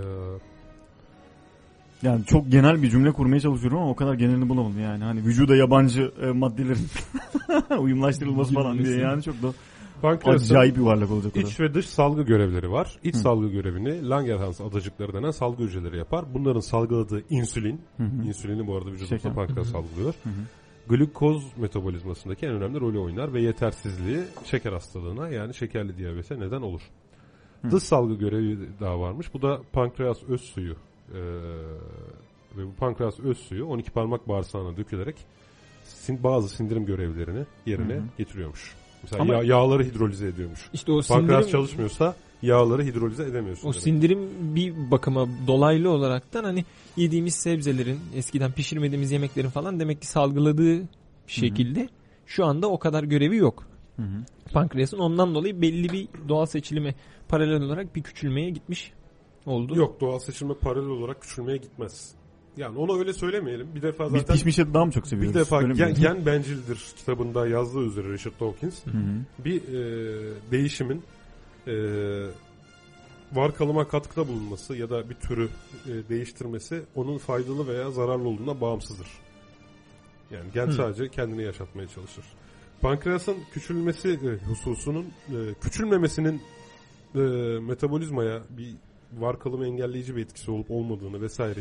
Yani çok genel bir cümle kurmaya çalışıyorum ama o kadar genelini bulamadım yani. Hani vücuda yabancı e, maddelerin uyumlaştırılması falan diye yani çok da acayip bir varlık olacak orada. İç ve dış salgı görevleri var. İç Hı. salgı görevini Langerhans adacıkları denen salgı hücreleri yapar. Bunların salgıladığı insülin, Hı. insülini bu arada vücudumuzda pankreas salgılıyor. Hı. Glükoz metabolizmasındaki en önemli rolü oynar ve yetersizliği şeker hastalığına yani şekerli diyabete neden olur. Hı. Dış salgı görevi daha varmış. Bu da pankreas öz suyu. Ee, ve bu pankreas öz suyu on iki parmak bağırsağına dökülerek sin, bazı sindirim görevlerini yerine hı hı. getiriyormuş. Mesela ama yağ, yağları hidrolize ediyormuş. İşte o pankreas sindirim, çalışmıyorsa yağları hidrolize edemiyorsun. O demek. Sindirim bir bakıma dolaylı olaraktan hani yediğimiz sebzelerin, eskiden pişirmediğimiz yemeklerin falan demek ki salgıladığı şekilde hı hı. şu anda o kadar görevi yok. Hı hı. Pankreasın ondan dolayı belli bir doğal seçilime paralel olarak bir küçülmeye gitmiş oldu. Yok, doğal seçilme paralel olarak küçülmeye gitmez. Yani onu öyle söylemeyelim. Bir defa zaten... Biz pişmişi daha mı çok seviyoruz? Bir defa gen, gen bencildir kitabında yazdığı üzere Richard Dawkins. Hı hı. Bir e, değişimin e, var kalıma katkıda bulunması ya da bir türü e, değiştirmesi onun faydalı veya zararlı olduğuna bağımsızdır. Yani gen hı. sadece kendini yaşatmaya çalışır. Pankreasın küçülmesi e, hususunun e, küçülmemesinin e, metabolizmaya bir var kalımı engelleyici bir etkisi olup olmadığını vesaireyi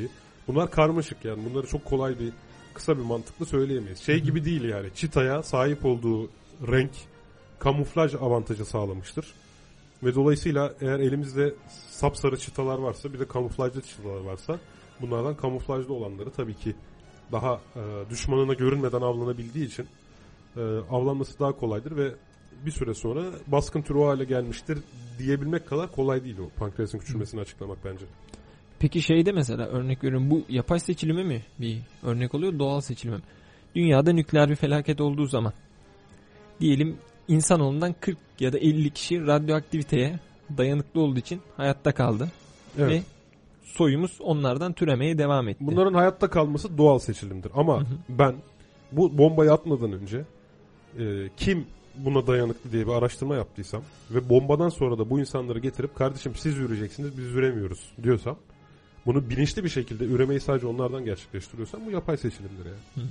Bunlar karmaşık yani. Bunları çok kolay bir, kısa bir mantıkla söyleyemeyiz. Şey gibi değil yani. Çitaya sahip olduğu renk kamuflaj avantajı sağlamıştır. Ve dolayısıyla eğer elimizde sapsarı çitalar varsa, bir de kamuflajlı çitalar varsa, bunlardan kamuflajlı olanları tabii ki daha e, düşmanına görünmeden avlanabildiği için e, avlanması daha kolaydır ve bir süre sonra baskın türü o hale gelmiştir diyebilmek kadar kolay değil o pankreasın küçülmesini açıklamak bence. Peki şeyde mesela örnek veriyorum, bu yapay seçilime mi bir örnek oluyor, doğal seçilime mi? Dünyada nükleer bir felaket olduğu zaman diyelim insanoğlundan kırk ya da elli kişi radyoaktiviteye dayanıklı olduğu için hayatta kaldı. Evet. Ve soyumuz onlardan türemeye devam etti. Bunların hayatta kalması doğal seçilimdir. Ama hı hı. ben bu bombayı atmadan önce e, kim buna dayanıklı diye bir araştırma yaptıysam ve bombadan sonra da bu insanları getirip kardeşim siz üreyeceksiniz biz üremiyoruz diyorsam, bunu bilinçli bir şekilde üremeyi sadece onlardan gerçekleştiriyorsam bu yapay seçilimdir yani. Hı.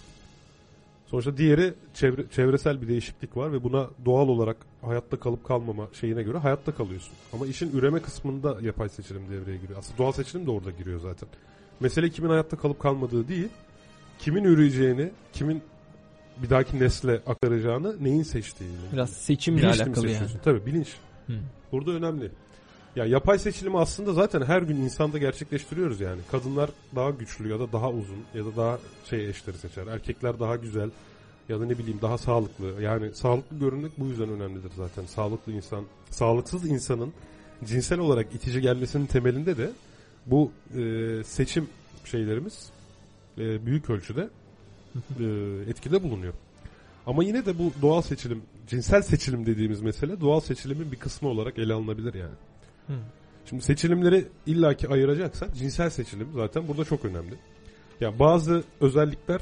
Sonuçta diğeri çevre, çevresel bir değişiklik var ve buna doğal olarak hayatta kalıp kalmama şeyine göre hayatta kalıyorsun. Ama işin üreme kısmında yapay seçilim devreye giriyor. Aslında doğal seçilim de orada giriyor zaten. Mesele kimin hayatta kalıp kalmadığı değil, kimin üreyeceğini, kimin bir dahaki nesle aktaracağını, neyin seçtiğini. Biraz seçimle Bilinçli alakalı yani. Tabii bilinç. Hı. Burada önemli. Ya yapay seçilimi aslında zaten her gün insanda gerçekleştiriyoruz yani. Kadınlar daha güçlü ya da daha uzun ya da daha şey eşleri seçer. Erkekler daha güzel ya da ne bileyim daha sağlıklı. Yani sağlıklı görünmek bu yüzden önemlidir zaten. Sağlıklı insan, sağlıksız insanın cinsel olarak itici gelmesinin temelinde de bu e, seçim şeylerimiz e, büyük ölçüde e, etkide bulunuyor. Ama yine de bu doğal seçilim, cinsel seçilim dediğimiz mesele doğal seçilimin bir kısmı olarak ele alınabilir yani. Hmm. Şimdi seçilimleri illaki ayıracaksak cinsel seçilim zaten burada çok önemli. Ya bazı özellikler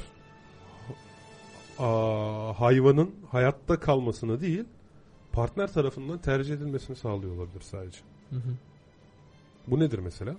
a, hayvanın hayatta kalmasını değil, partner tarafından tercih edilmesini sağlıyor olabilir sadece. Hı hı. Bu nedir mesela?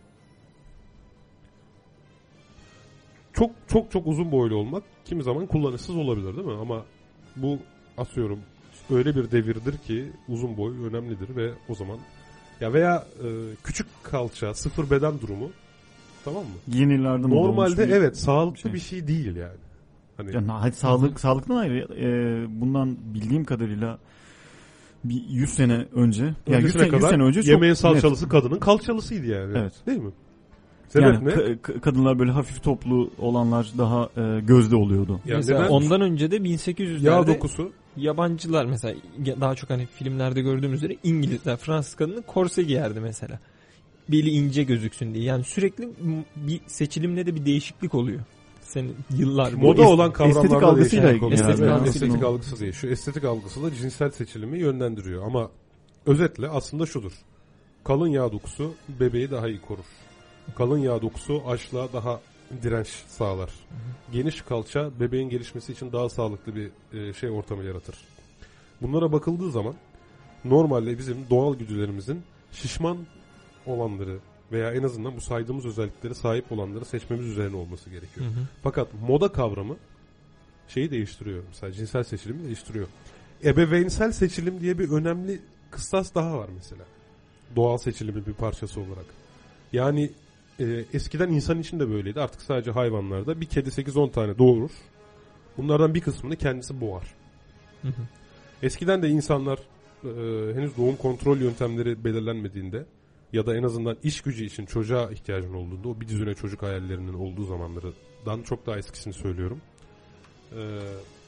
Çok çok çok uzun boylu olmak kimi zaman kullanışsız olabilir değil mi? Ama bu atıyorum öyle bir devirdir ki uzun boy önemlidir ve o zaman ya veya e, küçük kalça, sıfır beden durumu, tamam mı? Yenilerden normalde evet sağlıklı şey. bir şey değil yani. Hani yani, hadi sağlık sağlıktan ayrı e, bundan bildiğim kadarıyla bir yüz sene önce yani yüz sene, yüz sene önce yemeğin salçalısı net. Kadının kalçalısıydı yani. Evet. Değil mi? Sebep yani ne? Ka- kadınlar böyle hafif toplu olanlar daha e, gözde oluyordu. Yani mesela neden? Ondan önce de bin sekiz yüzlerde yağ dokusu yabancılar mesela daha çok hani filmlerde gördüğümüz üzere İngilizler, Fransız kadını korse giyerdi mesela. Beli ince gözüksün diye. Yani sürekli bir seçilimle de bir değişiklik oluyor. Senin yıllar moda est- olan kavramlarda estetik algısıyla yani. Estetik, yani. algısı, estetik algısı değil. Şu estetik algısı da cinsel seçilimi yönlendiriyor ama özetle aslında şudur. Kalın yağ dokusu bebeği daha iyi korur. Kalın yağ dokusu açlığa daha direnç sağlar. Hı hı. Geniş kalça bebeğin gelişmesi için daha sağlıklı bir e, şey ortamı yaratır. Bunlara bakıldığı zaman normalde bizim doğal güdülerimizin şişman olanları veya en azından bu saydığımız özelliklere sahip olanları seçmemiz üzerine olması gerekiyor. Hı hı. Fakat moda kavramı şeyi değiştiriyor. Mesela cinsel seçilimi değiştiriyor. Ebeveynsel seçilim diye bir önemli kıstas daha var mesela. Doğal seçilimin bir parçası olarak. Yani e, eskiden insan için de böyleydi. Artık sadece hayvanlarda bir kedi sekiz on tane doğurur. Bunlardan bir kısmını kendisi boğar. Hı hı. Eskiden de insanlar e, henüz doğum kontrol yöntemleri belirlenmediğinde ya da en azından iş gücü için çocuğa ihtiyacın olduğunda, o bir düzine çocuk hayallerinin olduğu zamanlardan çok daha eskisini söylüyorum. Ee,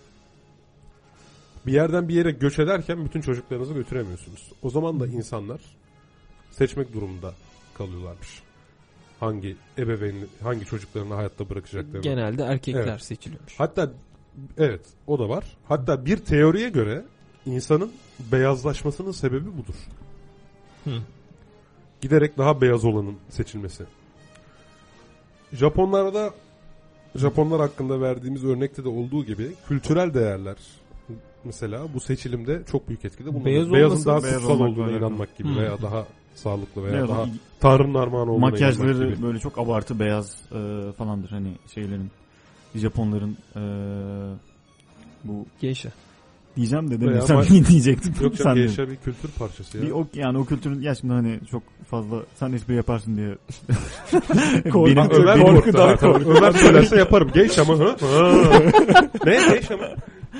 bir yerden bir yere göç ederken bütün çocuklarınızı götüremiyorsunuz. O zaman da insanlar seçmek durumunda kalıyorlarmış. Hangi ebeveyn, hangi çocuklarını hayatta bırakacaklarını. Genelde erkekler evet. seçiliyormuş. Hatta evet, o da var. Hatta bir teoriye göre insanın beyazlaşmasının sebebi budur. Hı. Giderek daha beyaz olanın seçilmesi. Japonlarda, Japonlar hakkında verdiğimiz örnekte de olduğu gibi kültürel değerler mesela bu seçilimde çok büyük etkide bulunur. Beyaz Beyazın daha beyaz kutsal olduğuna inanmak gibi hmm. veya daha sağlıklı veya beyaz, daha Tanrı'nın armağanı olduğuna inanmak gibi. Makyajları böyle çok abartı beyaz e, falandır hani şeylerin, Japonların e, bu geisha. diyeceğim de Veya demesem ma- iyi diyecektim. Yok Sen canım, de. gençler bir kültür parçası ya. Bir o, yani o kültürün ya şimdi hani çok fazla sen espri yaparsın diye. Korku, benim Ömer benim korktu. Ha, tamam. Ömer söylerse yaparım. Genç ama. Ha? Ne? Genç ama.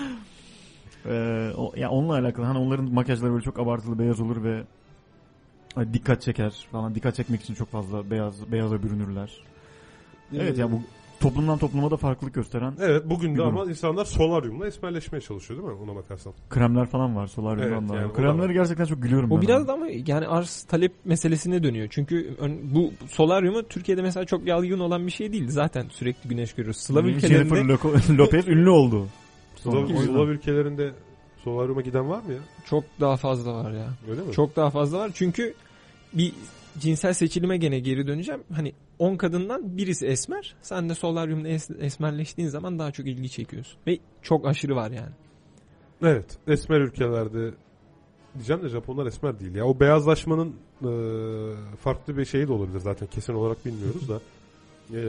Ee, o, ya onunla alakalı hani onların makyajları böyle çok abartılı beyaz olur ve hani dikkat çeker falan, dikkat çekmek için çok fazla beyaz beyaza bürünürler. Evet ya bu toplumdan topluma da farklılık gösteren. Evet, bugün de bir ama durum. insanlar solaryumla esmerleşmeye çalışıyor değil mi? Ona bakarsan. Kremler falan var, solaryumdan Evet, da. yani o da Kremleri var. gerçekten çok gülüyorum O ben. biraz ona. da ama yani arz talep meselesine dönüyor. Çünkü ön- bu solaryumu Türkiye'de mesela çok yaygın olan bir şey değil. Zaten sürekli güneş görüyoruz. Slav Jennifer ülkelerinde Lo- Lopez ünlü oldu. Sonra, Slav, o yüzden. Slav ülkelerinde solaryuma giden var mı ya? çok daha fazla var ya. Öyle mi? Çok daha fazla var. Çünkü bir cinsel seçilime gene geri döneceğim. Hani on kadından birisi esmer. Sen de solaryumda es- esmerleştiğin zaman daha çok ilgi çekiyorsun. Ve çok aşırı var yani. Evet. Esmer ülkelerde diyeceğim de Japonlar esmer değil ya. O beyazlaşmanın e, farklı bir şeyi de olabilir zaten. Kesin olarak bilmiyoruz da. E,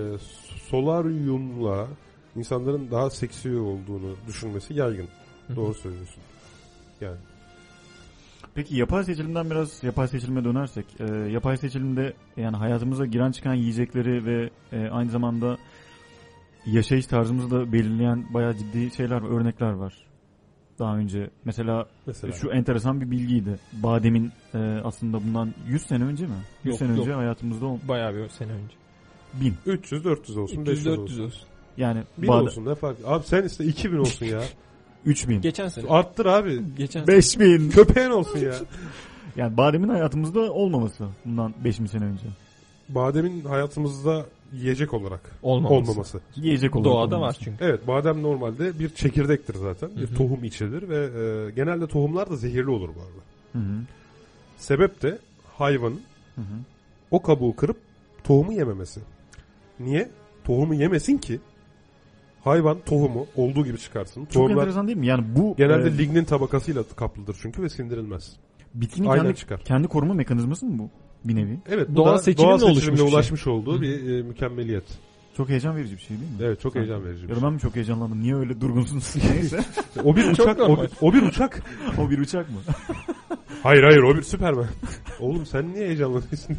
solaryumla insanların daha seksi olduğunu düşünmesi yaygın. Doğru söylüyorsun. Yani. Peki yapay seçilimden biraz yapay seçilime dönersek, e, yapay seçilimde yani hayatımıza giren çıkan yiyecekleri ve e, aynı zamanda yaşayış tarzımızı da belirleyen bayağı ciddi şeyler, örnekler var. Daha önce mesela, Mesela. şu enteresan bir bilgiydi. Bademin e, aslında bundan yüz sene önce mi? yüz Yok, sene yok. önce hayatımızda ol- Bayağı bir sene önce. bin. üç yüz dört yüz olsun, beş üç yüz yüz dört yüz olsun. olsun. Yani bin bade- olsun ne fark. Abi sen iste iki bin olsun ya. üç bin. Geçen sene. Arttır abi. Geçen sene. beş bin. Köpeğin olsun ya. Yani bademin hayatımızda olmaması bundan beş bin sene önce. Bademin hayatımızda yiyecek olarak Olmaması. olmaması. Yiyecek olarak Doğada olmaması. var çünkü. Evet, badem normalde bir çekirdektir zaten. Bir Hı hı. tohum içidir ve e, genelde tohumlar da zehirli olur bu arada. Hı hı. Sebep de hayvanın Hı hı. o kabuğu kırıp tohumu yememesi. Niye? Tohumu yemesin ki hayvan tohumu olduğu gibi çıkarsın. Çok Tohumlar enteresan değil mi? Yani bu genelde e, lignin tabakasıyla kaplıdır çünkü ve sindirilmez. bitkinin Aynen kendi, çıkar. kendi koruma mekanizması mı bu bir nevi? Evet, bu Doğal da seçilimle doğal seçilimle oluşmuş bir şey. ulaşmış olduğu Hı. bir e, mükemmeliyet. Çok heyecan verici bir şey değil mi? Evet, çok Sanki. heyecan verici bir Ya şey. ben mi çok heyecanlandım? Niye öyle durgunsunuz? Neyse. O bir uçak, o normal. bir, o bir uçak. O bir uçak mı? Hayır hayır, o bir Süperman. Oğlum sen niye heyecanlanıyorsun?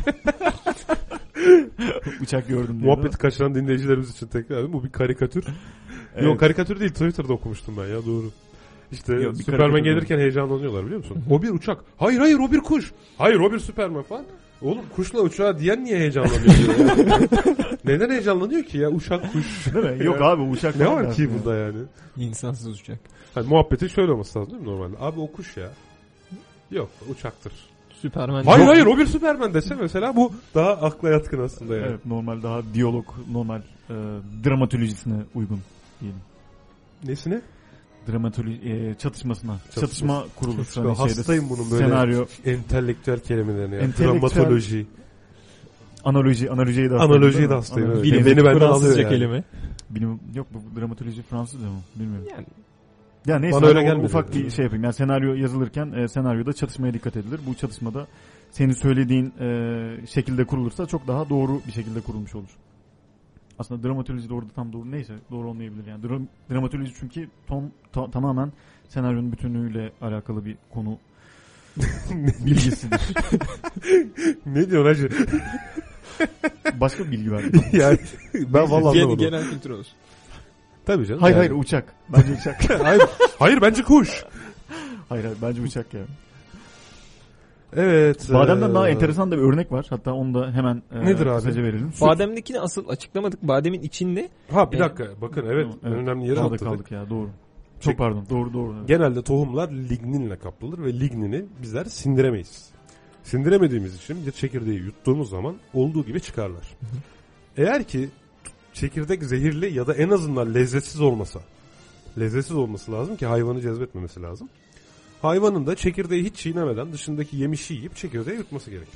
Uçak gördüm diye. Muhabbeti kaçıran dinleyicilerimiz için tekrar edeyim. Bu bir karikatür. Evet. Yok, karikatür değil, Twitter'da okumuştum ben ya, doğru. İşte Yok, bir Süperman karikatür gelirken heyecanlanıyorlar biliyor musun? O bir uçak. Hayır hayır, o bir kuş. Hayır, o bir Süperman falan. Oğlum kuşla uçağa diyen niye heyecanlanıyor? ya? Neden heyecanlanıyor ki ya, uçak kuş? Değil mi? Yok abi uçak Ne falan var dersin ki ya. burada yani? İnsansız uçak. Hani muhabbeti şöyle olması lazım değil mi normalde? Abi o kuş ya. Yok, uçaktır. Süperman. Hayır Yok. hayır, o bir Süperman dese mesela, bu daha akla yatkın aslında yani. Evet, normal daha diyalog, normal e, dramatolojisine uygun diyelim. Nesine? Dramatoloji e, çatışmasına. Çatışması. Çatışma kurulur. Çatışma. Hani şeyde, Hastayım bunun böyle senaryo, entelektüel kelimelerine ya. Entelektüel- Dramatoloji. analoji, analojiyi de hastayım. Analojiyi değil de mi? hastayım, Analoji. evet. Bilim- Beni benden Fransızca alıyor yani. kelime. bilim- yok bu dramatoloji Fransızca mı? Bilmiyorum. Yani Ya neyse, Bana öyle hani o gelmedi. ufak bir şey yapayım. Yani senaryo yazılırken e, senaryoda çatışmaya dikkat edilir. Bu çatışmada senin söylediğin e, şekilde kurulursa çok daha doğru bir şekilde kurulmuş olur. Aslında dramatoloji de orada tam doğru, neyse doğru olmayabilir yani. Dram, dramatoloji çünkü tom, ta- tamamen senaryonun bütünlüğüyle alakalı bir konu bilgisidir. Ne diyorsun hacı? Başka bir bilgi verdim. yani ben vallahi gen- anlamadım. genel kültür olsun. Tabii canım. Hayır yani. hayır uçak. Bence uçak. hayır, hayır bence kuş. hayır hayır bence uçak yani. Evet. Bademden ee, daha enteresan da bir örnek var. Hatta onu da hemen e, Nedir abi? kısaca verelim. Süt. Bademdekini asıl açıklamadık. Bademin içinde Ha bir e, dakika, bakın evet, en önemli yere Orada atladık. kaldık ya, doğru. Çek- Çok pardon. Doğru doğru. Evet. Genelde tohumlar ligninle kaplıdır ve lignini bizler sindiremeyiz. Sindiremediğimiz için bir çekirdeği yuttuğumuz zaman olduğu gibi çıkarlar. Hı hı. Eğer ki çekirdek zehirli ya da en azından lezzetsiz olmasa, lezzetsiz olması lazım ki hayvanı cezbetmemesi lazım. Hayvanın da çekirdeği hiç çiğnemeden dışındaki yemişi yiyip çekirdeği yutması gerekir.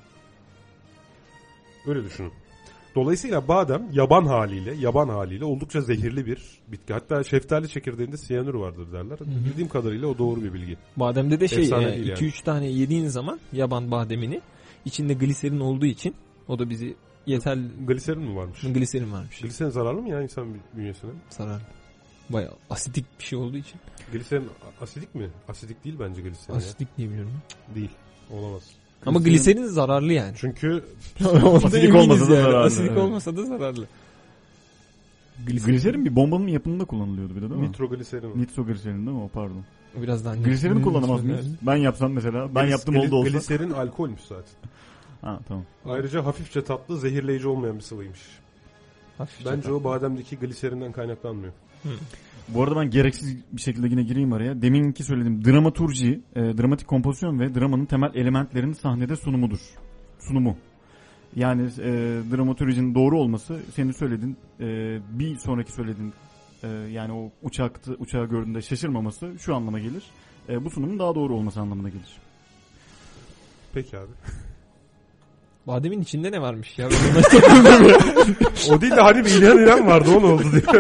Öyle düşünün. Dolayısıyla badem yaban haliyle, yaban haliyle oldukça zehirli bir bitki. Hatta şeftali çekirdeğinde siyanür vardır derler. hı. Bildiğim kadarıyla o doğru bir bilgi. bademde de şey Efsane değil iki üç yani. tane yediğin zaman yaban bademini içinde gliserin olduğu için o da bizi yeterli Gliserin mi varmış? gliserin varmış. Gliserin zararlı mı ya insan bünyesine? Zararlı. Bayağı asidik bir şey olduğu için. Gliserin asidik mi? Asidik değil bence gliserin. Asidik diye biliyorum. Ya. Değil. Olamaz. Ama gliserin zararlı yani. Çünkü asidik olmasa da yani. zararlı. Asidik evet. olmasa da zararlı. Gliserin bir bombanın yapımında kullanılıyordu bir de değil mi? nitrogliserin. Nitrogliserin değil mi o, pardon. O biraz daha Gliserin kullanamaz mıyız? Ben yapsam mesela. Ben Glis- yaptım glis- oldu olsa. Gliserin alkolmüş zaten. Ha tamam. Ayrıca hafifçe tatlı, zehirleyici olmayan bir sıvıymış. Hafifçe Bence tatlı. o bademdeki gliserinden kaynaklanmıyor. Hı. Bu arada ben gereksiz bir şekilde yine gireyim araya. Deminki söylediğim dramaturji, e, dramatik kompozisyon ve dramanın temel elementlerinin sahnede sunumudur. Sunumu. Yani e, dramaturjinin doğru olması, senin söylediğin e, bir sonraki söylediğin e, yani o uçaktı, uçağı gördüğünde şaşırmaması şu anlama gelir. E, bu sunumun daha doğru olması anlamına gelir. Peki abi. Bademin içinde ne varmış ya? O değil de hani bir İlhan İrem vardı, o ne oldu diye.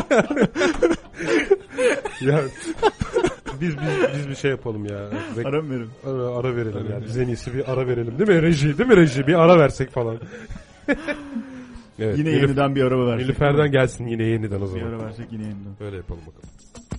Ya biz, biz biz bir şey yapalım ya. Bek- Ara mı verim? ara, ara verelim ya. Biz en iyisi bir ara verelim. Değil mi reji? Değil mi reji? Bir ara versek falan. Evet, Yine Nilüf- yeniden bir ara versek. Nilüfer'den gelsin yine yeniden o Bir zaman. ara versek yine yeniden. Öyle yapalım bakalım.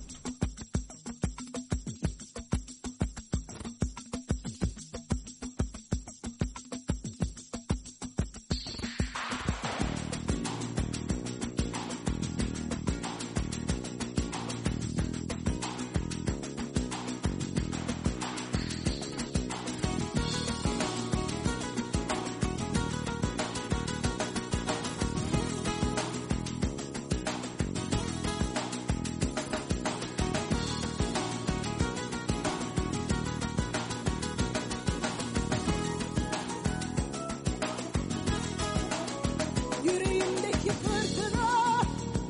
Yüreğimdeki fırtına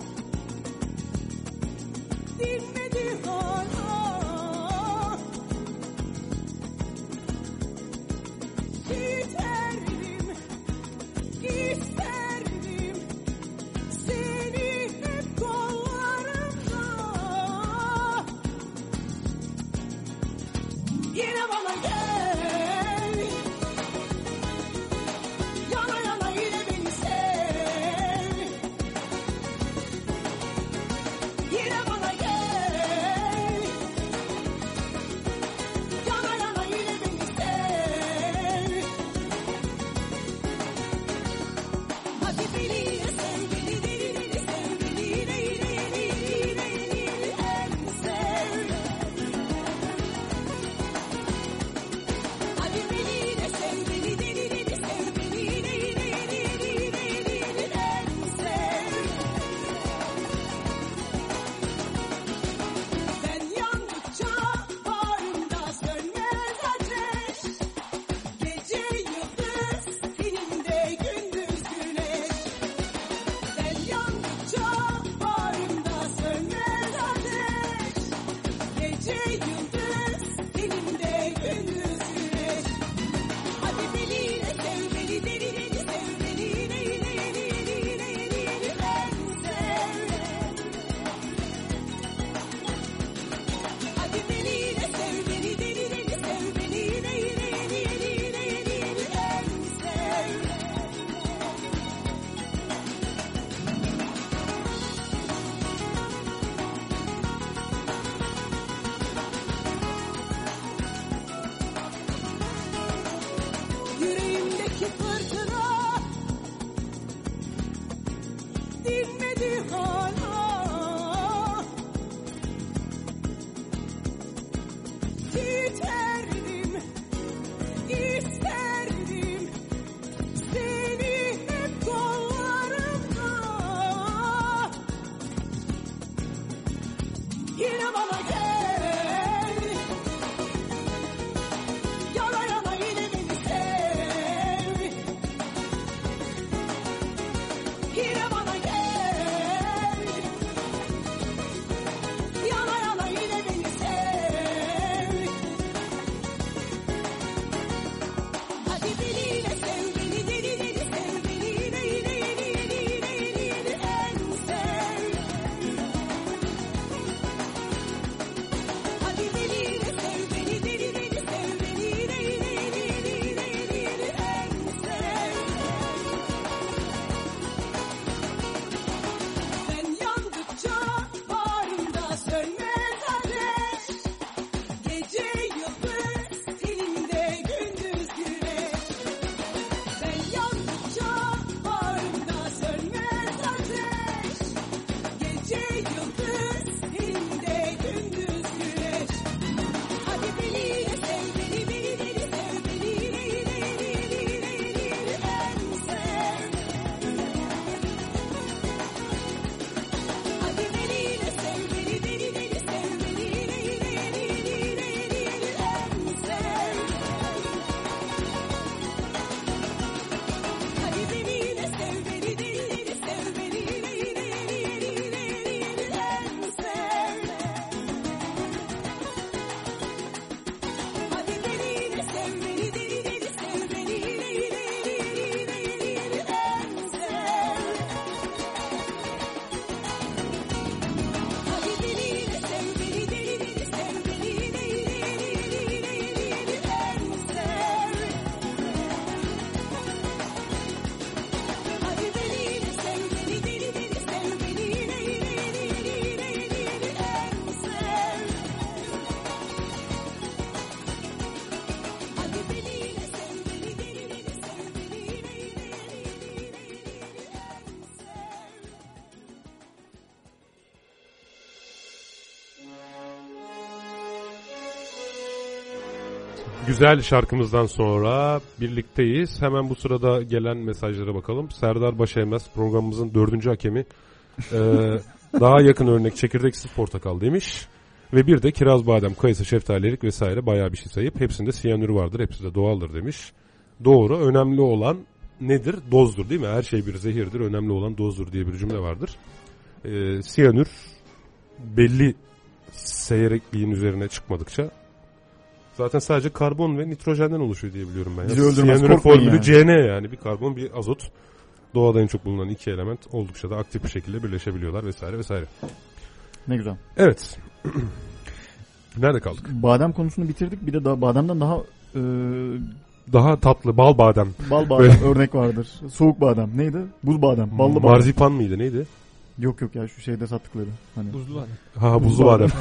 dinmedi hala. Giderdim, isterdim seni hep kollarımda. Yine bana gel, yana yana yine beni sev. Yine bana gel, yana yana yine beni sev. Hadi beni sev, beni deli deli sev, beni yine yine yine yine yine yine sev. Hadi beni yine sev, beni deli deli sev, beni yine yine yine yine yine yine sev. Ben yandıkça bağrımda sönmez ateş. Gece yıldız, tenimde gündüz güneş. Ben yandıkça bağrımda sönmez ateş. Gece yıldız, tenimde gündüz güneş. Hadi beni yine sev, beni deli deli sev, beni yine yine yine yine yine yine yine sev. Hadi beni yine sev, beni deli deli sev, beni yine yine yine yine yine yine yine sev. Yüreğimdeki fırtına dinmedi hala. Giderdim, isterdim seni hep kollarımda. Yine bana gel, yana yana yine beni sev. Güzel şarkımızdan sonra birlikteyiz. Hemen bu sırada gelen mesajlara bakalım. Serdar Başeymez programımızın dördüncü hakemi. Ee, daha yakın örnek çekirdeksiz portakal demiş. Ve bir de kiraz, badem, kayısı, şeftali, erik vesaire bayağı bir şey sayıp hepsinde siyanür vardır, hepsi de doğaldır demiş. Doğru. Önemli olan nedir? Dozdur değil mi? Her şey bir zehirdir. Önemli olan dozdur diye bir cümle vardır. Ee, siyanür belli seyrekliğin üzerine çıkmadıkça zaten sadece karbon ve nitrojenden oluşuyor diye biliyorum ben. Bizi öldürmez, Siyanürün korkmayın formülü yani. C N yani bir karbon bir azot. Doğada en çok bulunan iki element oldukça da aktif bir şekilde birleşebiliyorlar vesaire vesaire. Ne güzel. Evet. Nerede kaldık? Badem konusunu bitirdik. Bir de daha bademden daha e, Daha tatlı bal badem. bal badem örnek vardır. Soğuk badem. Neydi? Buz badem. Ballı badem. Marzipan mıydı neydi? Yok yok ya şu şeyde sattıkları. Hani. Buzlu var. Ha buzlu badem.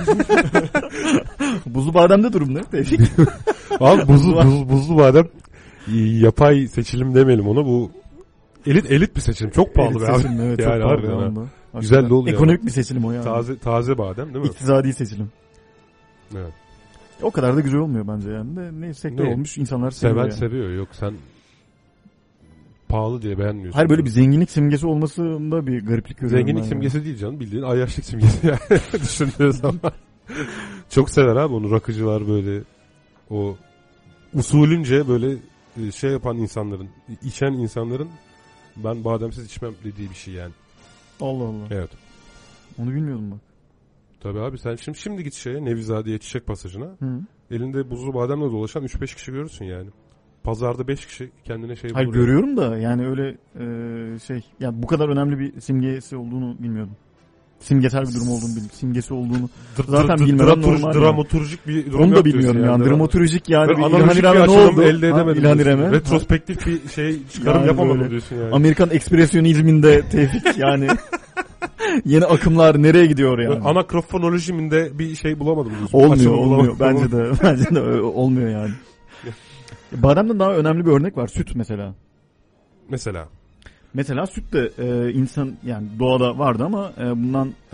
Buzlu bademde durum ne? Tevfik. Abi buzlu, buz, buzlu badem yapay seçilim demeyelim ona, bu elit elit bir seçilim. Çok pahalı Elit be abi. seçilim, evet, çok Yani pahalı harbiden ya ha. onda. Güzel de oluyor. Ekonomik bir seçilim o yani. Taze taze badem değil mi? İktisadi seçilim. Evet. O kadar da güzel olmuyor bence yani. De, ne sektör Ne? olmuş insanlar seviyor Seven yani. seviyor. Yok sen pahalı diye beğenmiyorsun. Hayır böyle bir zenginlik simgesi olmasında bir gariplik görüyorum. zenginlik ben simgesi yani. değil canım, bildiğin ayyaşlık simgesi yani düşündüğün zaman. Çok sever abi onu rakıcılar, böyle o usulünce böyle şey yapan insanların, içen insanların ben bademsiz içmem dediği bir şey yani. Allah Allah. Evet. Onu bilmiyordum bak. Tabii abi sen şimdi şimdi git şeye Nevizade'ye Çiçek Pasajı'na. Hı. Elinde buzlu bademle dolaşan üç beş kişi görürsün yani. Pazarda beş kişi kendine şey Hayır bulur. yani. görüyorum da yani öyle e, şey yani bu kadar önemli bir simgesi olduğunu bilmiyordum. Simgesel bir durum olduğunu bilmiyorum. Simgesi olduğunu Dır- zaten dır- bilmem dramaturj- normal yani. Dramaturjik bir durum Onu da yok bilmiyorum diyorsun yani. yani. Dramaturjik yani. Ben Bir İlhan analojik bir İrem'e ne açılım oldu? elde Ha, edemedim. İlhan diyorsun. İrem'e. Retrospektif bir şey çıkarım Yani yapamadım böyle diyorsun yani. Amerikan ekspresyonizminde Tevfik yani. Yeni akımlar nereye gidiyor yani? Anakrofonolojiminde bir şey bulamadım diyorsun. Olmuyor Açılım olmuyor. bulamadım. Bence de bence de öyle olmuyor yani. Bademden daha önemli bir örnek var. Süt mesela. Mesela. Mesela süt de e, insan yani doğada vardı ama e, bundan e,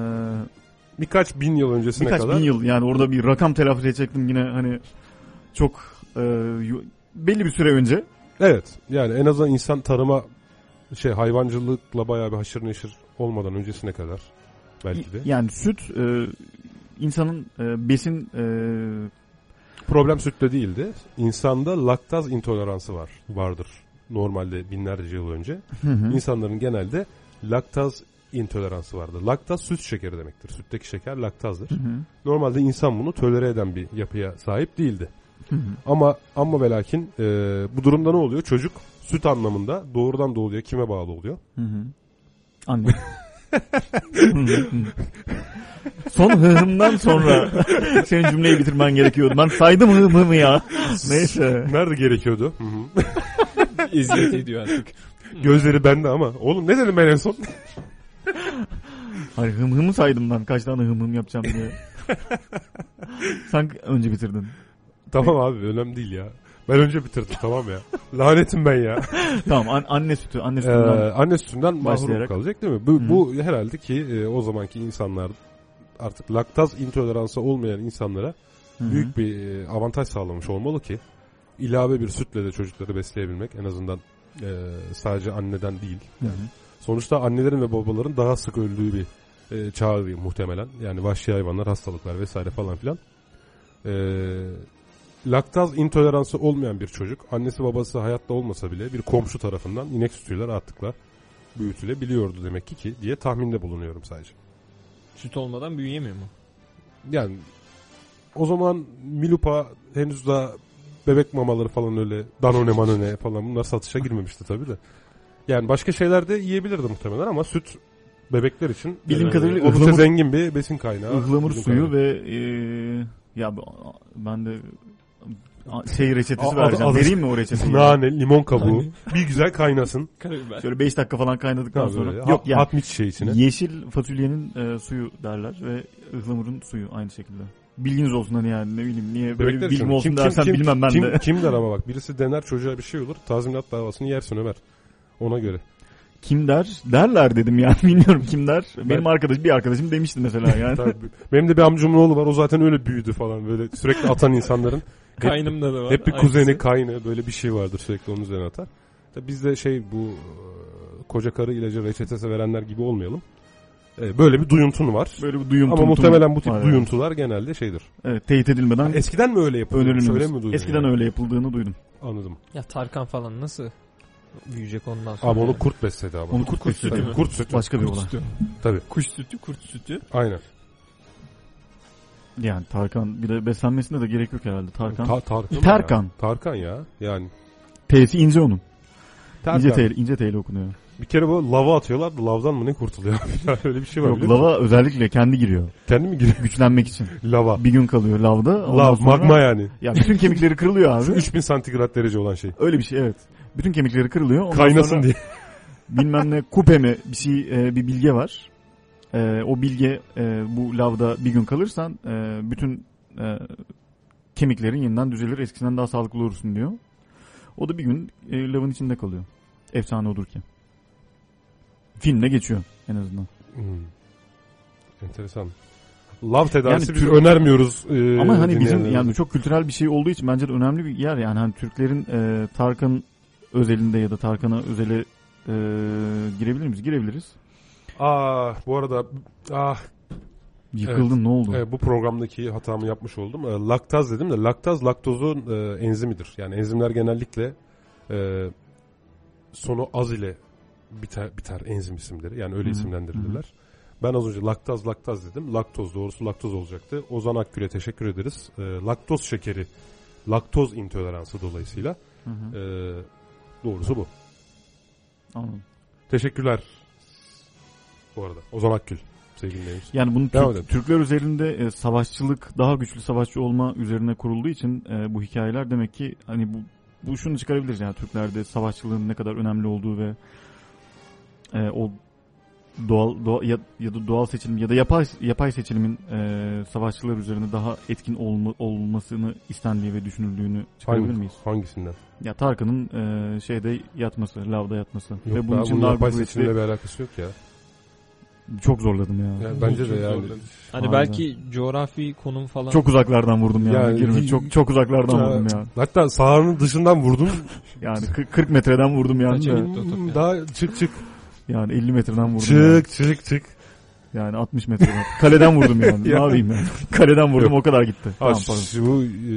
Birkaç bin yıl öncesine birkaç kadar. bin yıl yani orada bir rakam telaffuz edecektim yine hani çok e, yu- belli bir süre önce. Evet. Yani en azından insan tarıma şey hayvancılıkla bayağı bir haşır neşir olmadan öncesine kadar belki de. Yani süt e, insanın e, besin e, Problem sütte değildi. İnsanda laktaz intoleransı var. Vardır. Normalde binlerce yıl önce. hı hı. İnsanların genelde laktaz intoleransı vardır. Laktaz süt şekeri demektir. Sütteki şeker laktazdır. Hı hı. Normalde insan bunu tolere eden bir yapıya sahip değildi. Hı hı. Ama ama ve lakin e, bu durumda ne oluyor? Çocuk süt anlamında doğrudan doğuluya kime bağlı oluyor? Hı hı. Anne. Hı hı hı. Son hıhımdan sonra senin cümleyi bitirmen gerekiyordu. Ben saydım hım hımı ya. Neyse. Nerede gerekiyordu? Hı hı. Eziyet ediyor artık. Gözleri bende ama. Oğlum ne dedim ben en son? Hayır hım hımı saydım ben. Kaç tane hım hım yapacağım diye. Sen önce bitirdin. Tamam abi önemli değil ya. Ben önce bitirdim tamam ya. Lanetim ben ya. Tamam an- anne sütü. Anne Ee, sütünden. anne sütünden mahrum başlayarak. kalacak değil mi? Bu, Hı. bu herhalde ki e, o zamanki insanlar artık laktaz intoleransı olmayan insanlara Hı hı. büyük bir e, avantaj sağlamış olmalı ki ilave bir sütle de çocukları besleyebilmek en azından e, sadece anneden değil. Hı hı. Sonuçta annelerin ve babaların daha sık öldüğü bir e, çağ muhtemelen. Yani vahşi hayvanlar, hastalıklar vesaire falan filan. E, laktaz intoleransı olmayan bir çocuk, annesi babası hayatta olmasa bile bir komşu tarafından inek sütüyle rahatlıkla büyütülebiliyordu demek ki ki diye tahminde bulunuyorum sadece. Süt olmadan büyüyemiyor mu? Yani o zaman Milupa henüz daha bebek mamaları falan öyle Danone manone falan bunlar satışa girmemişti tabii de. Yani başka şeyler de yiyebilirdi muhtemelen ama süt bebekler için Bildiğim e, kadarıyla oldukça ıhlamur- zengin bir besin kaynağı. Ihlamur Bildiğim suyu kadarıyla. ve e, ya bu- ben de şey reçetesi A- vereceğim. adı- Vereyim mi o reçeteyi? Nane, limon kabuğu bir güzel kaynasın. Karabiber. Şöyle beş dakika falan kaynadıktan Tabii sonra. böyle. Yok Hat, yani. hat miç şey içine. Yeşil fasulyenin e, suyu derler ve ıhlamurun suyu aynı şekilde. Bilginiz olsun hani yani ne bileyim niye böyle bir Bebekler bilgim için. olsun Kim- dersen kim- bilmem ben kim, de. Kim der ama bak birisi dener çocuğa bir şey olur tazminat davasını yersin Ömer. Ona göre. kim der? Derler dedim yani. Bilmiyorum kim der. Ben- Benim arkadaşım bir arkadaşım demişti mesela yani. Tabii. Benim de bir amcamın oğlu var. O zaten öyle büyüdü falan. Böyle sürekli atan insanların. Kaynımda da var. Hep bir aynısı. kuzeni, kaynı böyle bir şey vardır, sürekli onun üzerine atar. Tabii biz de şey bu e, koca karı ilacı reçetesi verenler gibi olmayalım. E, Böyle bir duyuntun var. Böyle bir duyum Ama tum tum muhtemelen bu tip var yani. duyuntular genelde şeydir. Evet, teyit edilmeden Ha, eskiden mi öyle yapılıyor? Öyle mi önerilmemiz. duydun? Eskiden yani? öyle yapıldığını duydum. Anladım. Ya Tarkan falan nasıl büyüyecek ondan sonra? Ama onu yani? kurt besledi ama. Onu kurt besledi. Tabii, kurt sütü. Başka bir Kurt olay. sütü. Tabii. Kuş sütü, kurt sütü. Aynen. Yani Tarkan bir de beslenmesine de gerek yok herhalde. Tarkan. Ta- Tarkan. Terkan. Ya. Tarkan ya. Yani. T'si ince onun. Terkan. İnce T, ince T ile okunuyor. Bir kere bu lava atıyorlar da lavdan mı ne kurtuluyor? Öyle bir şey var. Yok, biliyor musun? lava özellikle kendi giriyor. Kendi mi giriyor? Güçlenmek için. Lava. Bir gün kalıyor lavda. ondan Lav, sonra- magma yani. Ya bütün kemikleri kırılıyor Şu abi. üç bin santigrat derece olan şey. Öyle bir şey evet. Bütün kemikleri kırılıyor. Ondan Kaynasın sonra diye. bilmem ne kupe mi bir şey e, bir bilge var. E, o bilge e, bu lavda bir gün kalırsan e, bütün e, kemiklerin yeniden düzelir, eskisinden daha sağlıklı olursun diyor. O da bir gün e, lavın içinde kalıyor. Efsane odur ki. Filmde geçiyor en azından. Hmm. Enteresan. Lav tedavisi Yani biz Türk- önermiyoruz. e, Ama hani bizim dinleyenlerimize. yani çok kültürel bir şey olduğu için bence de önemli bir yer yani hani Türklerin e, Tarkan özelinde ya da Tarkan'a özele e, girebilir miyiz? Girebiliriz. Ah bu arada ah Yıkıldın ne oldu? e, bu programdaki hatamı yapmış oldum. E, laktaz dedim de laktaz laktozun e, enzimidir. Yani enzimler genellikle e, sonu az ile biter, biter enzim isimleri. Yani öyle Hı hı. isimlendirilirler. Ben az önce laktaz laktaz dedim. Laktoz doğrusu laktoz olacaktı. Ozan Akgül'e teşekkür ederiz. E, laktoz şekeri, laktoz intoleransı dolayısıyla Hı hı. e, doğrusu bu. Anladım. Teşekkürler. Bu arada Ozan Akgül sevgili dinleyiciler. Yani bunu Devam Türk- edelim. Türkler üzerinde e, savaşçılık, daha güçlü savaşçı olma üzerine kurulduğu için e, bu hikayeler demek ki hani bu bu şunu çıkarabiliriz yani Türklerde savaşçılığın ne kadar önemli olduğu ve e, o doğal, doğal ya, ya da doğal seçilim ya da yapay yapay seçilimin e, savaşçılar üzerine daha etkin olma, olmasını istendiği ve düşünüldüğünü çıkarabilir Hangi, miyiz? hangisinden? Ya Tarkan'ın e, şeyde yatması, lavda yatması Yok ve bunun ben için bunun daha yapay kuvvetli- seçimle bir alakası yok ya. çok zorladım ya. Yani bence de yani. Hani Harbiden. belki coğrafi konum falan. Çok uzaklardan vurdum yani. Yani- Girme. Çok çok uzaklardan Ya- vurdum ya. Hatta sahanın dışından vurdum. Yani kırk kırk metreden vurdum yani. Kaça de. gitti o top ya? Daha çık çık. Yani elli metreden vurdum. Yani. Çık çık çık. yani altmış metreden. Kaleden vurdum yani. Ya. Ne yapayım yani. Kaleden vurdum Yok. o kadar gitti. Ha, Tamam pardon. şu, bu, e,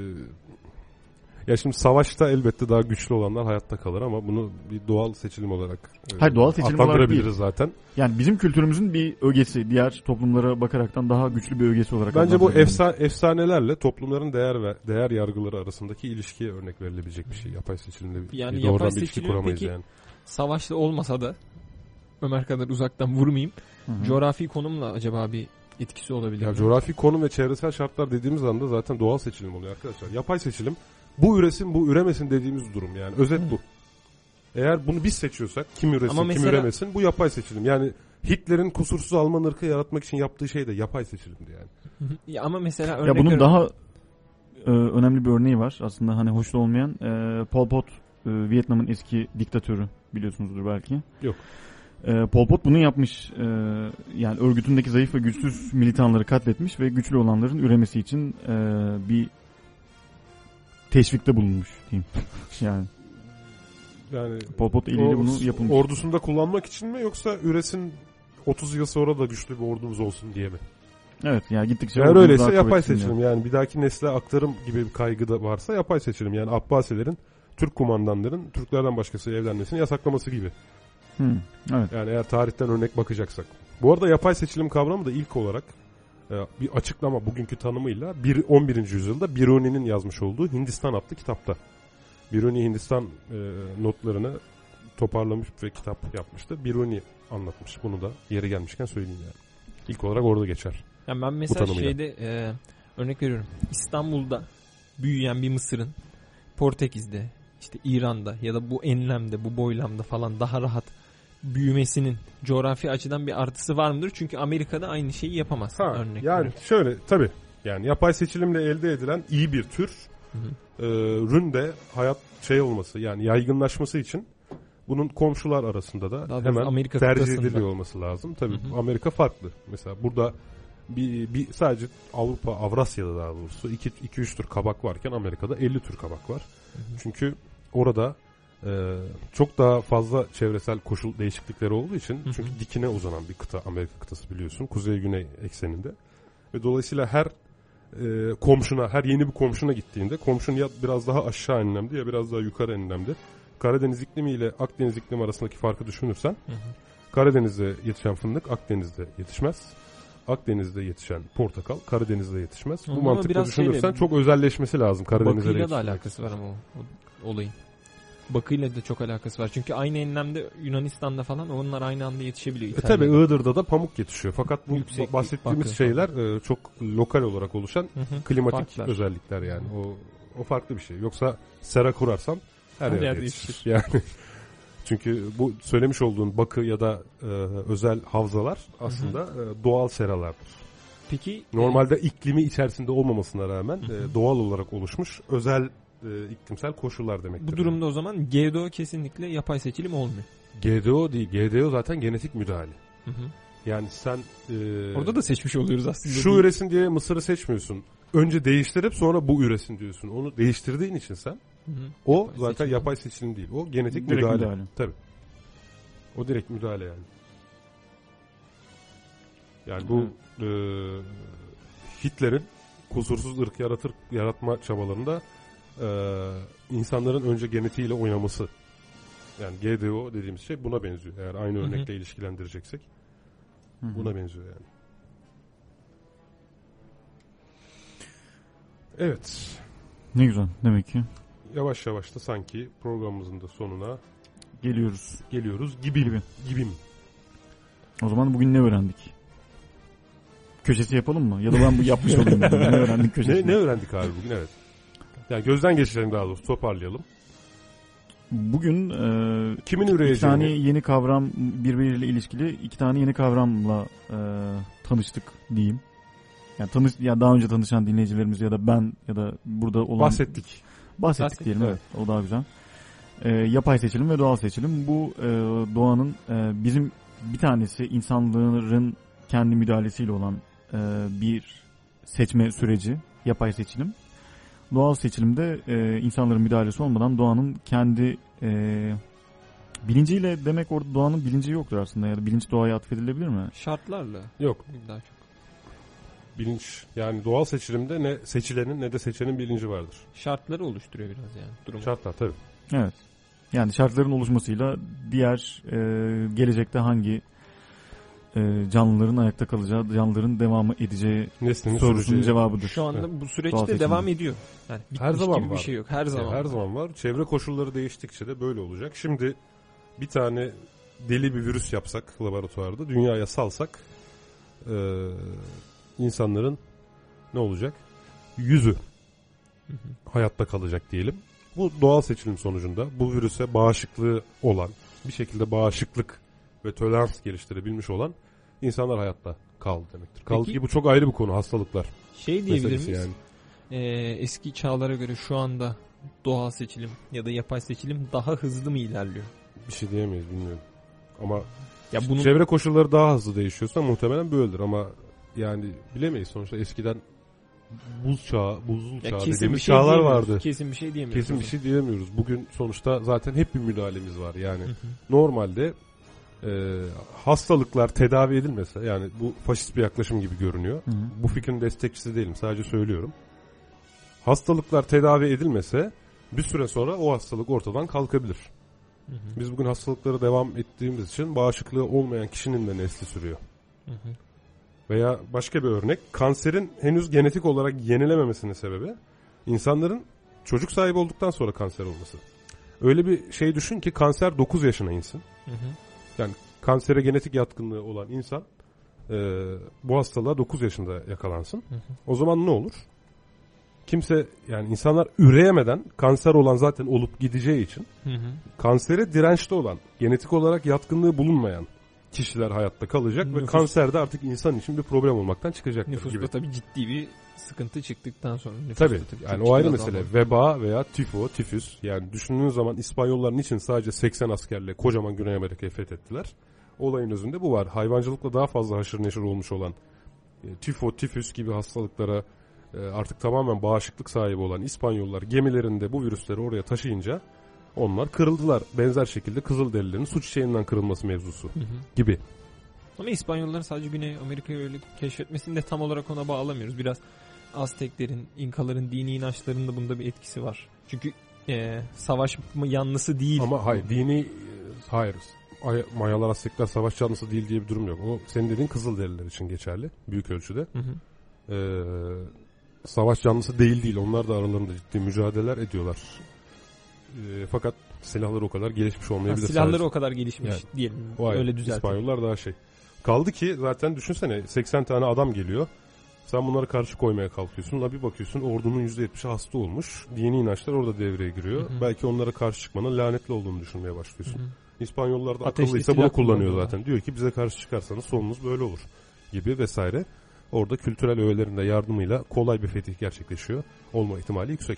ya şimdi savaşta elbette daha güçlü olanlar hayatta kalır ama bunu bir doğal seçilim olarak e, Hayır, doğal seçilim olarak adlandırabiliriz zaten. Yani bizim kültürümüzün bir ögesi. Diğer toplumlara bakaraktan daha güçlü bir ögesi olarak. Bence bu adlandırılabilir. efsa, efsanelerle toplumların değer ve değer yargıları arasındaki ilişkiye örnek verilebilecek bir şey. Yapay seçilimle Yani bir yapay doğrudan bir ilişki seçilim kuramayız peki- yani. Savaşta olmasa da Ömer kadar uzaktan vurmayayım. Hı hı. Coğrafi konumla acaba bir etkisi olabilir Ya mi? coğrafi konum ve çevresel şartlar dediğimiz anda zaten doğal seçilim oluyor arkadaşlar. Yapay seçilim bu üresin bu üremesin dediğimiz durum yani. Özet bu. Eğer bunu biz seçiyorsak kim üresin Ama kim mesela- üremesin bu yapay seçilim. Yani Hitler'in kusursuz Alman ırkı yaratmak için yaptığı şey de yapay seçilimdi yani. Ya ama mesela örnek Ya bunun veriyorum. daha e, önemli bir örneği var. Aslında hani hoş da olmayan e, Pol Pot e, Vietnam'ın eski diktatörü biliyorsunuzdur belki. Yok. E, Pol Pot bunu yapmış. E, yani örgütündeki zayıf ve güçsüz militanları katletmiş ve güçlü olanların üremesi için e, bir teşvikte bulunmuş diyeyim. yani Yani Pol Pot eliyle o- bunu yapılmış. ordusunda kullanmak için mi yoksa üresin otuz yıl sonra da güçlü bir ordumuz olsun diye mi? Evet yani gittikçe Eğer ordumuz öyleyse daha yapay kuvvetli seçilim yani bir dahaki nesle aktarım gibi bir kaygı da varsa yapay seçilim yani Abbasilerin Türk kumandanların Türklerden başkasıyla evlenmesini yasaklaması gibi. Hı, evet. Yani eğer tarihten örnek bakacaksak. Bu arada yapay seçilim kavramı da ilk olarak e, bir açıklama bugünkü tanımıyla bir, on birinci yüzyılda Biruni'nin yazmış olduğu Hindistan adlı kitapta. Biruni Hindistan e, notlarını toparlamış ve kitap yapmıştı. Biruni anlatmış. Bunu da yeri gelmişken söyleyeyim yani. İlk olarak orada geçer. Yani ben mesela tanımıyla. şeyde e, örnek veriyorum. İstanbul'da büyüyen bir Mısır'ın Portekiz'de, işte İran'da ya da bu enlemde, bu boylamda falan daha rahat büyümesinin coğrafi açıdan bir artısı var mıdır? Çünkü Amerika'da aynı şeyi yapamaz. Ha, örnek yani veriyorum. şöyle tabii yani yapay seçilimle elde edilen iyi bir tür Hı hı. e, rün de hayat şey olması yani yaygınlaşması için bunun komşular arasında da Daha doğrusu hemen Amerika tercih kıtasında. ediliyor olması lazım. Tabii Hı hı. Amerika farklı. Mesela burada bir, bir sadece Avrupa, Avrasya'da daha doğrusu iki üç tür kabak varken Amerika'da elli tür kabak var. Hı hı. Çünkü orada e, çok daha fazla çevresel koşul değişiklikleri olduğu için, Hı hı. çünkü dikine uzanan bir kıta Amerika kıtası biliyorsun. Kuzey-güney ekseninde. Ve dolayısıyla her e, komşuna, her yeni bir komşuna gittiğinde komşun ya biraz daha aşağı enlemde ya biraz daha yukarı enlemde. Karadeniz iklimi ile Akdeniz iklimi arasındaki farkı düşünürsen, Hı hı. Karadeniz'de yetişen fındık Akdeniz'de yetişmez. Akdeniz'de yetişen portakal Karadeniz'de yetişmez. Ama Bu mantıkla biraz düşünürsen şeyle- çok özelleşmesi lazım Karadeniz'e Bakıyla da yetişmek. alakası var ama o, o olayın. Bakıyla da çok alakası var. Çünkü aynı enlemde Yunanistan'da falan onlar aynı anda yetişebiliyor. E tabi İtalya'da. Iğdır'da da pamuk yetişiyor. Fakat bu Yüksek bahsettiğimiz bakı şeyler e, çok lokal olarak oluşan Hı hı. klimatik Farklar. özellikler yani. O o farklı bir şey. Yoksa sera kurarsan her, Her yerde yerde yetişir. Yani çünkü bu söylemiş olduğun bakı ya da e, özel havzalar aslında e, doğal seralardır. Peki Normalde iklimi içerisinde olmamasına rağmen Hı hı. e, doğal olarak oluşmuş özel e, iklimsel koşullar e, demektir. bu durumda o zaman G D O kesinlikle yapay seçilim olmuyor. G D O değil. G D O zaten genetik müdahale. Hı hı. Yani sen e, Orada da seçmiş oluyoruz aslında. şu üresin diye mısırı seçmiyorsun. Önce değiştirip sonra bu üresin diyorsun. Onu değiştirdiğin için sen, Hı hı. o Yapay zaten seçilim. yapay seçilim değil. O genetik Direkt müdahale. müdahale. Tabii. O direkt müdahale yani. Yani bu e, Hitler'in kusursuz ırk yaratır yaratma çabalarında e, insanların önce genetiğiyle oynaması. Yani G D O dediğimiz şey buna benziyor. Eğer aynı Hı hı. örnekle ilişkilendireceksek Hı hı. buna benziyor yani. Evet. Ne güzel demek ki. Yavaş yavaş da sanki programımızın da sonuna Geliyoruz. geliyoruz gibim. Gibi. Gibim. O zaman bugün ne öğrendik? Köşesi yapalım mı? Ya da ben bu yapmış olayım. Yani. Ne öğrendik köşesi? Ne, ne öğrendik abi bugün, evet. Yani gözden geçirelim, daha doğrusu toparlayalım. Bugün e, Kimin iki üreyeceğini, tane yeni kavram, birbiriyle ilişkili iki tane yeni kavramla e, tanıştık diyeyim. Yani tanış, ya daha önce tanışan dinleyicilerimiz ya da ben ya da burada olan bahsettik. bahsettik, Bahsettik, diyelim, evet. O daha güzel. E, yapay seçilim ve doğal seçilim. Bu e, doğanın e, bizim bir tanesi insanlığın kendi müdahalesiyle olan e, bir seçme süreci, yapay seçilim. Doğal seçilimde e, insanların müdahalesi olmadan doğanın kendi e, bilinciyle, demek orada doğanın bilinci yoktur aslında, ya da bilinç doğaya atfedilebilir mi? Şartlarla Yok. daha çok. Bilinç, yani doğal seçilimde ne seçilenin ne de seçenin bilinci vardır. Şartları oluşturuyor biraz yani durumu. Şartlar tabii. Evet. Yani şartların oluşmasıyla diğer e, gelecekte hangi e, canlıların ayakta kalacağı, canlıların devamı edeceği Nesnenin sorusunun süreceği. cevabıdır. Şu anda Evet. bu Doğal süreçte seçilim. devam ediyor. Yani Her bitmiş zaman gibi var. bir şey yok. Her zaman. Her zaman var. Çevre koşulları değiştikçe de böyle olacak. Şimdi bir tane deli bir virüs yapsak laboratuvarda, dünyaya salsak, e, insanların ne olacak? Yüzü Hı hı. hayatta kalacak diyelim. Bu doğal seçilim sonucunda bu virüse bağışıklığı olan, bir şekilde bağışıklık ve tolerans geliştirebilmiş olan insanlar hayatta kaldı demektir. Kaldı Peki- ki bu çok ayrı bir konu, hastalıklar Şey diyebilir meselesi miyiz? yani. Ee, eski çağlara göre şu anda doğal seçilim ya da yapay seçilim daha hızlı mı ilerliyor? Bir şey diyemeyiz, bilmiyorum. Ama Ya bunun çevre koşulları daha hızlı değişiyorsa muhtemelen böyledir ama yani bilemeyiz. Sonuçta eskiden buz çağı, buzul ya çağı kesin bir dediğimiz şey çağlar diyemiyoruz. vardı. Kesin bir şey diyemiyoruz. Kesin bir şey diyemiyoruz. Bugün sonuçta zaten hep bir müdahalemiz var. Yani Hı hı. normalde e, hastalıklar tedavi edilmese, yani bu faşist bir yaklaşım gibi görünüyor. Hı hı. Bu fikrin destekçisi değilim, sadece söylüyorum. Hastalıklar tedavi edilmese bir süre sonra o hastalık ortadan kalkabilir. Hı hı. Biz bugün hastalıklara devam ettiğimiz için bağışıklığı olmayan kişinin de nesli sürüyor. Hı hı. Veya başka bir örnek, kanserin henüz genetik olarak yenilememesinin sebebi insanların çocuk sahibi olduktan sonra kanser olması. Öyle bir şey düşün ki kanser dokuz yaşına insin. Hı hı. Yani kansere genetik yatkınlığı olan insan e, bu hastalığa dokuz yaşında yakalansın. Hı hı. O zaman ne olur? Kimse, yani insanlar üreyemeden kanser olan zaten olup gideceği için Hı hı. kansere dirençli olan, genetik olarak yatkınlığı bulunmayan kişiler hayatta kalacak ve Nüfus- kanser de artık insan için bir problem olmaktan çıkacak gibi. Nüfusta tabii ciddi bir sıkıntı çıktıktan sonra. Tabii. Nüfusta Yani çok o ayrı ciddi mesele. azalma. Veba veya tifo, tifüs. Yani düşündüğün zaman İspanyolların için sadece seksen askerle kocaman Güney Amerika'yı fethettiler. Olayın özünde bu var. Hayvancılıkla daha fazla haşır neşir olmuş olan e, tifo, tifüs gibi hastalıklara e, artık tamamen bağışıklık sahibi olan İspanyollar gemilerinde bu virüsleri oraya taşıyınca onlar kırıldılar. Benzer şekilde Kızılderililerin su çiçeğinden kırılması mevzusu Hı hı. gibi. Ama İspanyolların sadece Güney Amerika'yı öyle keşfetmesini de tam olarak ona bağlamıyoruz. Biraz Azteklerin, İnkaların dini inançlarında bunda bir etkisi var. Çünkü e, savaş yanlısı değil. Ama hayır dini e, hayır. Ay- Mayalar, Aztekler savaş canlısı değil diye bir durum yok. O senin dediğin Kızılderililer için geçerli büyük ölçüde. Hı hı. Ee, savaş canlısı değil değil. Onlar da aralarında ciddi mücadeleler ediyorlar. Ee, fakat silahları o kadar gelişmiş Ha, olmayabilir. silahları sadece. o kadar gelişmiş Yani, diyelim. O ayrı. Öyle düzeltelim. İspanyollar daha şey. Kaldı ki zaten düşünsene seksen tane adam geliyor. Sen bunları karşı koymaya kalkıyorsun. La bir bakıyorsun ordunun yüzde yetmişi hasta olmuş. Dini inançlar orada devreye giriyor. Hı hı. Belki onlara karşı çıkmanın lanetli olduğunu düşünmeye başlıyorsun. Hı hı. İspanyollar da Ateşli akıllıysa silah bunu kullanıyor kullanıyorlar. zaten. Diyor ki bize karşı çıkarsanız sonunuz böyle olur gibi vesaire. Orada kültürel öğelerinde yardımıyla kolay bir fetih gerçekleşiyor. Olma ihtimali yüksek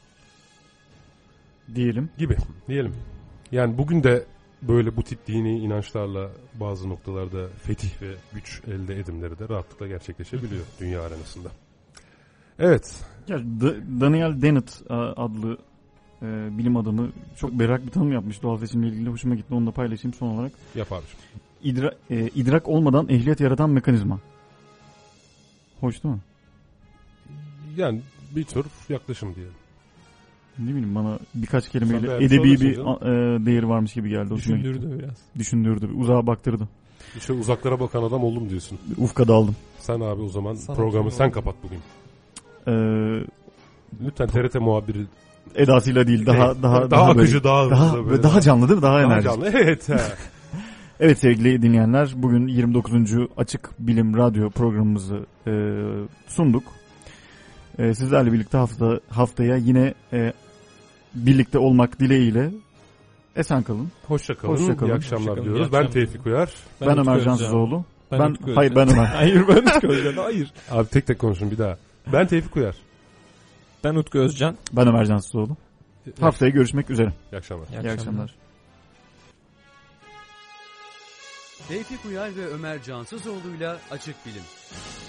Diyelim. gibi diyelim. Yani bugün de böyle bu tip dini inançlarla bazı noktalarda fetih ve güç elde edimleri de rahatlıkla gerçekleşebiliyor dünya arenasında. Evet. Ya Da- Daniel Dennett a- adlı e, bilim adamı çok berrak bir tanım yapmış doğal seçimle ilgili. Hoşuma gitti. Onu da paylaşayım son olarak. Yap abiciğim. İdra, e, idrak olmadan ehliyet yaratan mekanizma. Hoş değil mi? Yani bir tür yaklaşım diyelim. Ne bileyim bana birkaç Sen de kelimeyle yapmış edebi olursun bir canım. a- e, değeri varmış gibi geldi. Hoşuma gitti. Düşündürdü biraz. Düşündürdü. Uzağa baktırdı. İşte uzaklara bakan adam oldum diyorsun. Ufka daldım. Sen abi o zaman Sana programı kim sen oldu? kapat bugün. Ee, Lütfen T R T muhabiri edasıyla değil daha Şey, daha daha, akıcı, böyle- daha daha, hızlı. böyle daha canlı değil mi? Daha, daha enerjik. canlı. Evet. he. Evet sevgili dinleyenler, bugün yirmi dokuzuncu Açık Bilim Radyo programımızı e, sunduk. E, sizlerle birlikte hafta haftaya yine e, birlikte olmak dileğiyle esen kalın. Hoşça kalın. Hoşça kalın. İyi akşamlar Hoşça kalın. diyoruz. İyi Ben akşamlar. Tevfik Uyar. Ben, Utku Ömer Özcan. Cansızoğlu. Ben, Ben, Utku hayır Özcan. ben Ömer. Hayır ben Utku Özcan. Hayır. Abi tek tek konuşun bir daha. Ben Tevfik Uyar. Ben Utku Özcan. Ben Ömer Cansızoğlu. Haftaya görüşmek üzere. İyi akşamlar. İyi İyi akşamlar. Tevfik Uyar ve Ömer Cansızoğlu'yla Açık Bilim.